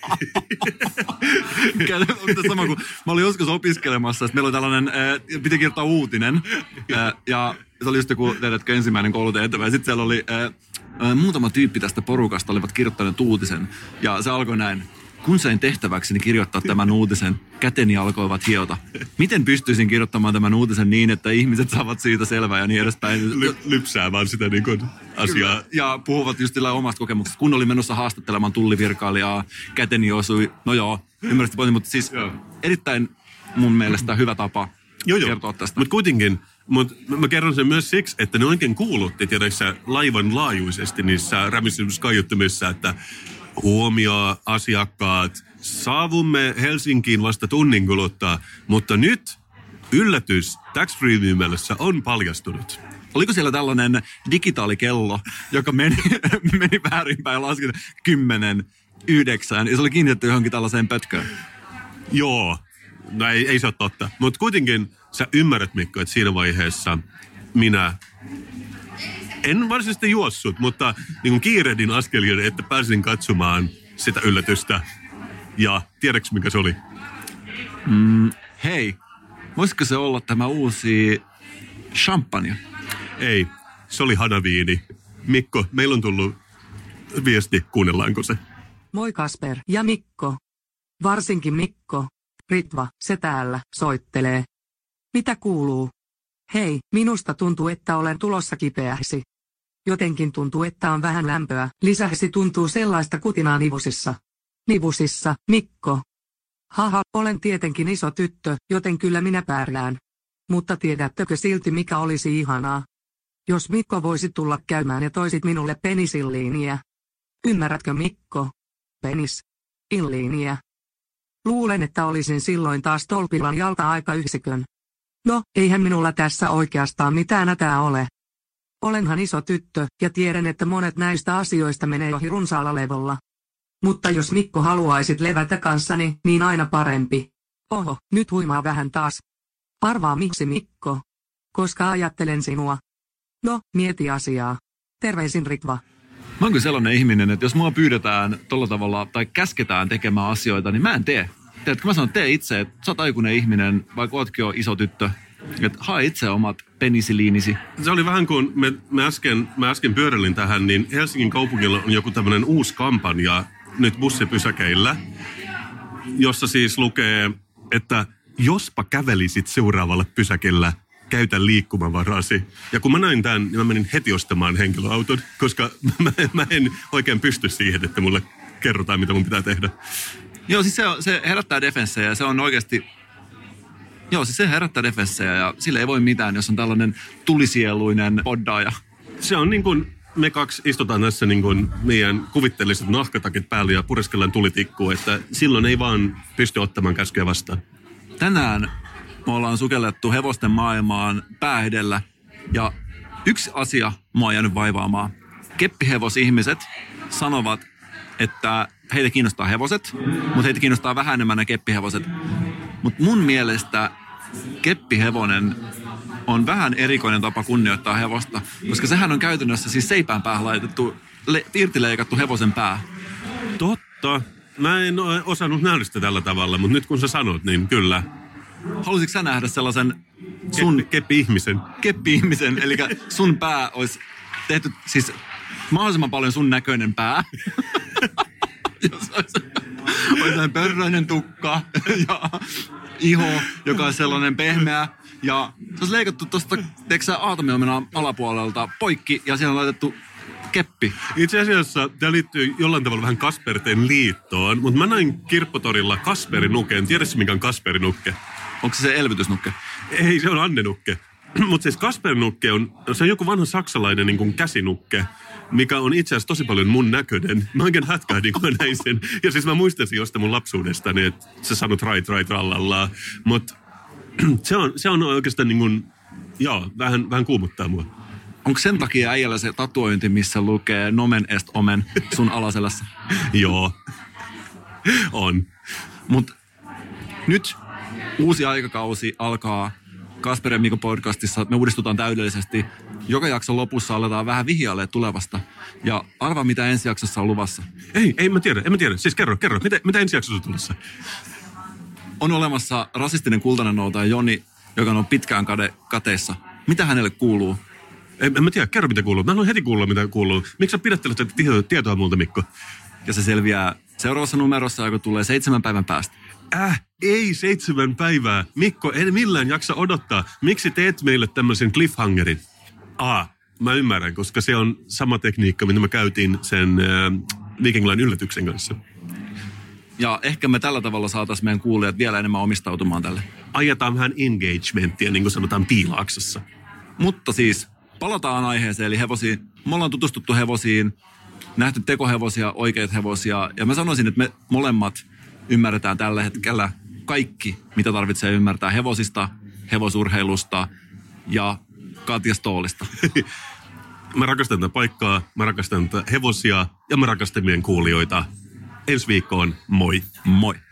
Sama kuin mä olin joskus opiskelemassa, että meillä oli tällainen, äh, piti kirjoittaa uutinen, äh, ja se oli just joku, tiedätkö, ensimmäinen koulutehtävä, ja sitten siellä oli... Äh, Muutama tyyppi tästä porukasta olivat kirjoittaneet uutisen, ja se alkoi näin. Kun sain tehtäväkseni kirjoittaa tämän uutisen, käteni alkoivat hiota. Miten pystyisin kirjoittamaan tämän uutisen niin, että ihmiset saavat siitä selvää ja niin edespäin? Ly- lypsää vaan sitä niin kuin asiaa. Kyllä. Ja puhuvat just sillä omasta kokemuksesta. Kun oli menossa haastattelemaan tullivirkailijaa, käteni osui. No joo, ymmärrästi pointin, mutta siis joo. Erittäin mun mielestä hyvä tapa joo, kertoa tästä. Mutta kuitenkin, mut mä kerron sen myös siksi, että ne oikein kuulutti tiedätkö laivan laajuisesti niissä rämisyyskaiuttimissa, että Huomio asiakkaat, saavumme Helsinkiin vasta tunnin kuluttua, mutta nyt yllätys tax-free-myymälössä on paljastunut. Oliko siellä tällainen digitaalikello, joka meni, meni väärinpäin ja laski kymmenen, yhdeksän, ja se oli kiinnitetty johonkin tällaiseen pötköön? Joo, no ei, ei se ole totta. Mutta kuitenkin sä ymmärrät, Mikko, että siinä vaiheessa minä en varsinaisesti juossut, mutta niin kuin kiirehdin askelien, että pääsin katsomaan sitä yllätystä. Ja tiedätkö, mikä se oli? Mm, hei, voisiko se olla tämä uusi champagne? Ei, se oli hanaviini. Mikko, meillä on tullut viesti, kuunnellaanko se? Moi Kasper ja Mikko. Varsinkin Mikko. Ritva, se täällä, soittelee. Mitä kuuluu? Hei, minusta tuntuu, että olen tulossa kipeäksi. Jotenkin tuntuu, että on vähän lämpöä. Lisäksi tuntuu sellaista kutinaa nivusissa. Nivusissa, Mikko. Haha, olen tietenkin iso tyttö, joten kyllä minä pärjään. Mutta tiedättekö silti mikä olisi ihanaa? Jos Mikko voisi tulla käymään ja toisit minulle penisilliiniä. Ymmärrätkö Mikko? Penis. Illiiniä. Luulen, että olisin silloin taas tolpillan jalka-aikayksikön. No, eihän minulla tässä oikeastaan mitään hätää ole. Olenhan iso tyttö, ja tiedän, että monet näistä asioista menee ohi runsaalla levolla. Mutta jos Mikko haluaisit levätä kanssani, niin aina parempi. Oho, nyt huimaa vähän taas. Arvaa miksi Mikko? Koska ajattelen sinua. No, mieti asiaa. Terveisin Ritva. Mä oon kyllä sellainen ihminen, että jos mua pyydetään tolla tavalla tai käsketään tekemään asioita, niin mä en tee. Tiedätkö, mä sanon, tee itse, että sä oot aikuinen ihminen, vaikka ootkin jo iso tyttö. Että hae itse omat penisiliinisi. Se oli vähän kuin me, me, äsken, mä äsken pyöräilin tähän, niin Helsingin kaupungilla on joku tämmöinen uusi kampanja nyt bussipysäkeillä, jossa siis lukee, että jospa kävelisit seuraavalla pysäkellä, käytä liikkumavarasi. Ja kun mä näin tämän, niin mä menin heti ostamaan henkilöauton, koska mä, mä en oikein pysty siihen, että mulle kerrotaan, mitä mun pitää tehdä. Joo, siis se, se herättää defenssejä ja se on oikeasti... Joo, siis se herättää defenssejä ja sille ei voi mitään, jos on tällainen tulisieluinen poddaaja. Se on niin kuin me kaksi istutaan tässä niin kuin meidän kuvitteelliset nahkatakit päälle ja pureskellaan tulitikkua, että silloin ei vaan pysty ottamaan käskyä vastaan. Tänään me ollaan sukellettu hevosten maailmaan pää edellä ja yksi asia mua on jäänyt vaivaamaan. Keppihevosihmiset sanovat, että heitä kiinnostaa hevoset, mutta heitä kiinnostaa vähän enemmän ne keppihevoset. Mutta mun mielestä keppihevonen on vähän erikoinen tapa kunnioittaa hevosta, koska sehän on käytännössä siis seipään päähän laitettu, le- irtileikattu hevosen pää. Totta. Mä en ole osannut nähdä sitä tällä tavalla, mutta nyt kun sä sanot, niin kyllä. Haluaisitko sä nähdä sellaisen sun... Keppi, keppi-ihmisen. Keppi-ihmisen, eli sun pää olisi tehty siis mahdollisimman paljon sun näköinen pää. Jos olisi, olisi pörröinen tukka ja iho, joka on sellainen pehmeä. Ja se olisi leikattu tuosta, teekö sä aatomiomenan alapuolelta poikki ja siellä on laitettu keppi. Itse asiassa tämä liittyy jollain tavalla vähän Kasperten liittoon, mutta mä näin Kirppotorilla Kasperinuken. Tiedätkö mikä on Kasperinukke? Onko se se elvytysnukke? Ei, se on Annenukke. Mutta siis Kasperinukke on, se on joku vanha saksalainen niin kuin käsinukke, mikä on itse asiassa tosi paljon mun näköinen. Mä oikein hätkähdin, kun mä näin sen. Ja siis mä muistasin jostain mun lapsuudestani, että sä sanot right, right, rallalla. Mutta se on, se on oikeastaan niin kuin, joo, vähän, vähän kuumuttaa mua. Onko sen takia äijällä se tatuointi, missä lukee nomen est omen sun alaselässä? Joo, on. Mut nyt uusi aikakausi alkaa Kasper ja Mikko podcastissa. Me uudistutaan täydellisesti. Joka jakson lopussa aletaan vähän vihjailee tulevasta. Ja arvaa, mitä ensi jaksossa on luvassa. Ei, ei mä tiedä, en mä tiedä. Siis kerro, kerro. Mitä, mitä ensi jaksossa on tulossa? On olemassa rasistinen kultainen noutaja Joni, joka on pitkään kade, kateissa. Mitä hänelle kuuluu? En, en mä tiedä, kerro mitä kuuluu. Mä haluan heti kuulla, mitä kuuluu. Miksi sä pidättelet tätä tietoa multa, Mikko? Ja se selviää seuraavassa numerossa, joka tulee seitsemän päivän päästä. Äh, ei seitsemän päivää. Mikko, en millään jaksa odottaa. Miksi teet meille tämmöisen cliffhangerin? Ah, mä ymmärrän, koska se on sama tekniikka, mitä mä käytin sen äh, Viking Line yllätyksen kanssa. Ja ehkä me tällä tavalla saataisiin meidän kuulijat vielä enemmän omistautumaan tälle. Ajetaan vähän engagementtia, niin kuin sanotaan piilaaksossa. Mutta siis, palataan aiheeseen, eli hevosiin. Me ollaan tutustuttu hevosiin nähty tekohevosia, oikeita hevosia. Ja mä sanoisin, että me molemmat ymmärretään tällä hetkellä kaikki, mitä tarvitsee ymmärtää hevosista, hevosurheilusta ja Katja Ståhlista. Mä rakastan tätä paikkaa, mä rakastan tätä hevosia ja mä rakastan meidän kuulijoita. Ensi viikkoon, moi! Moi!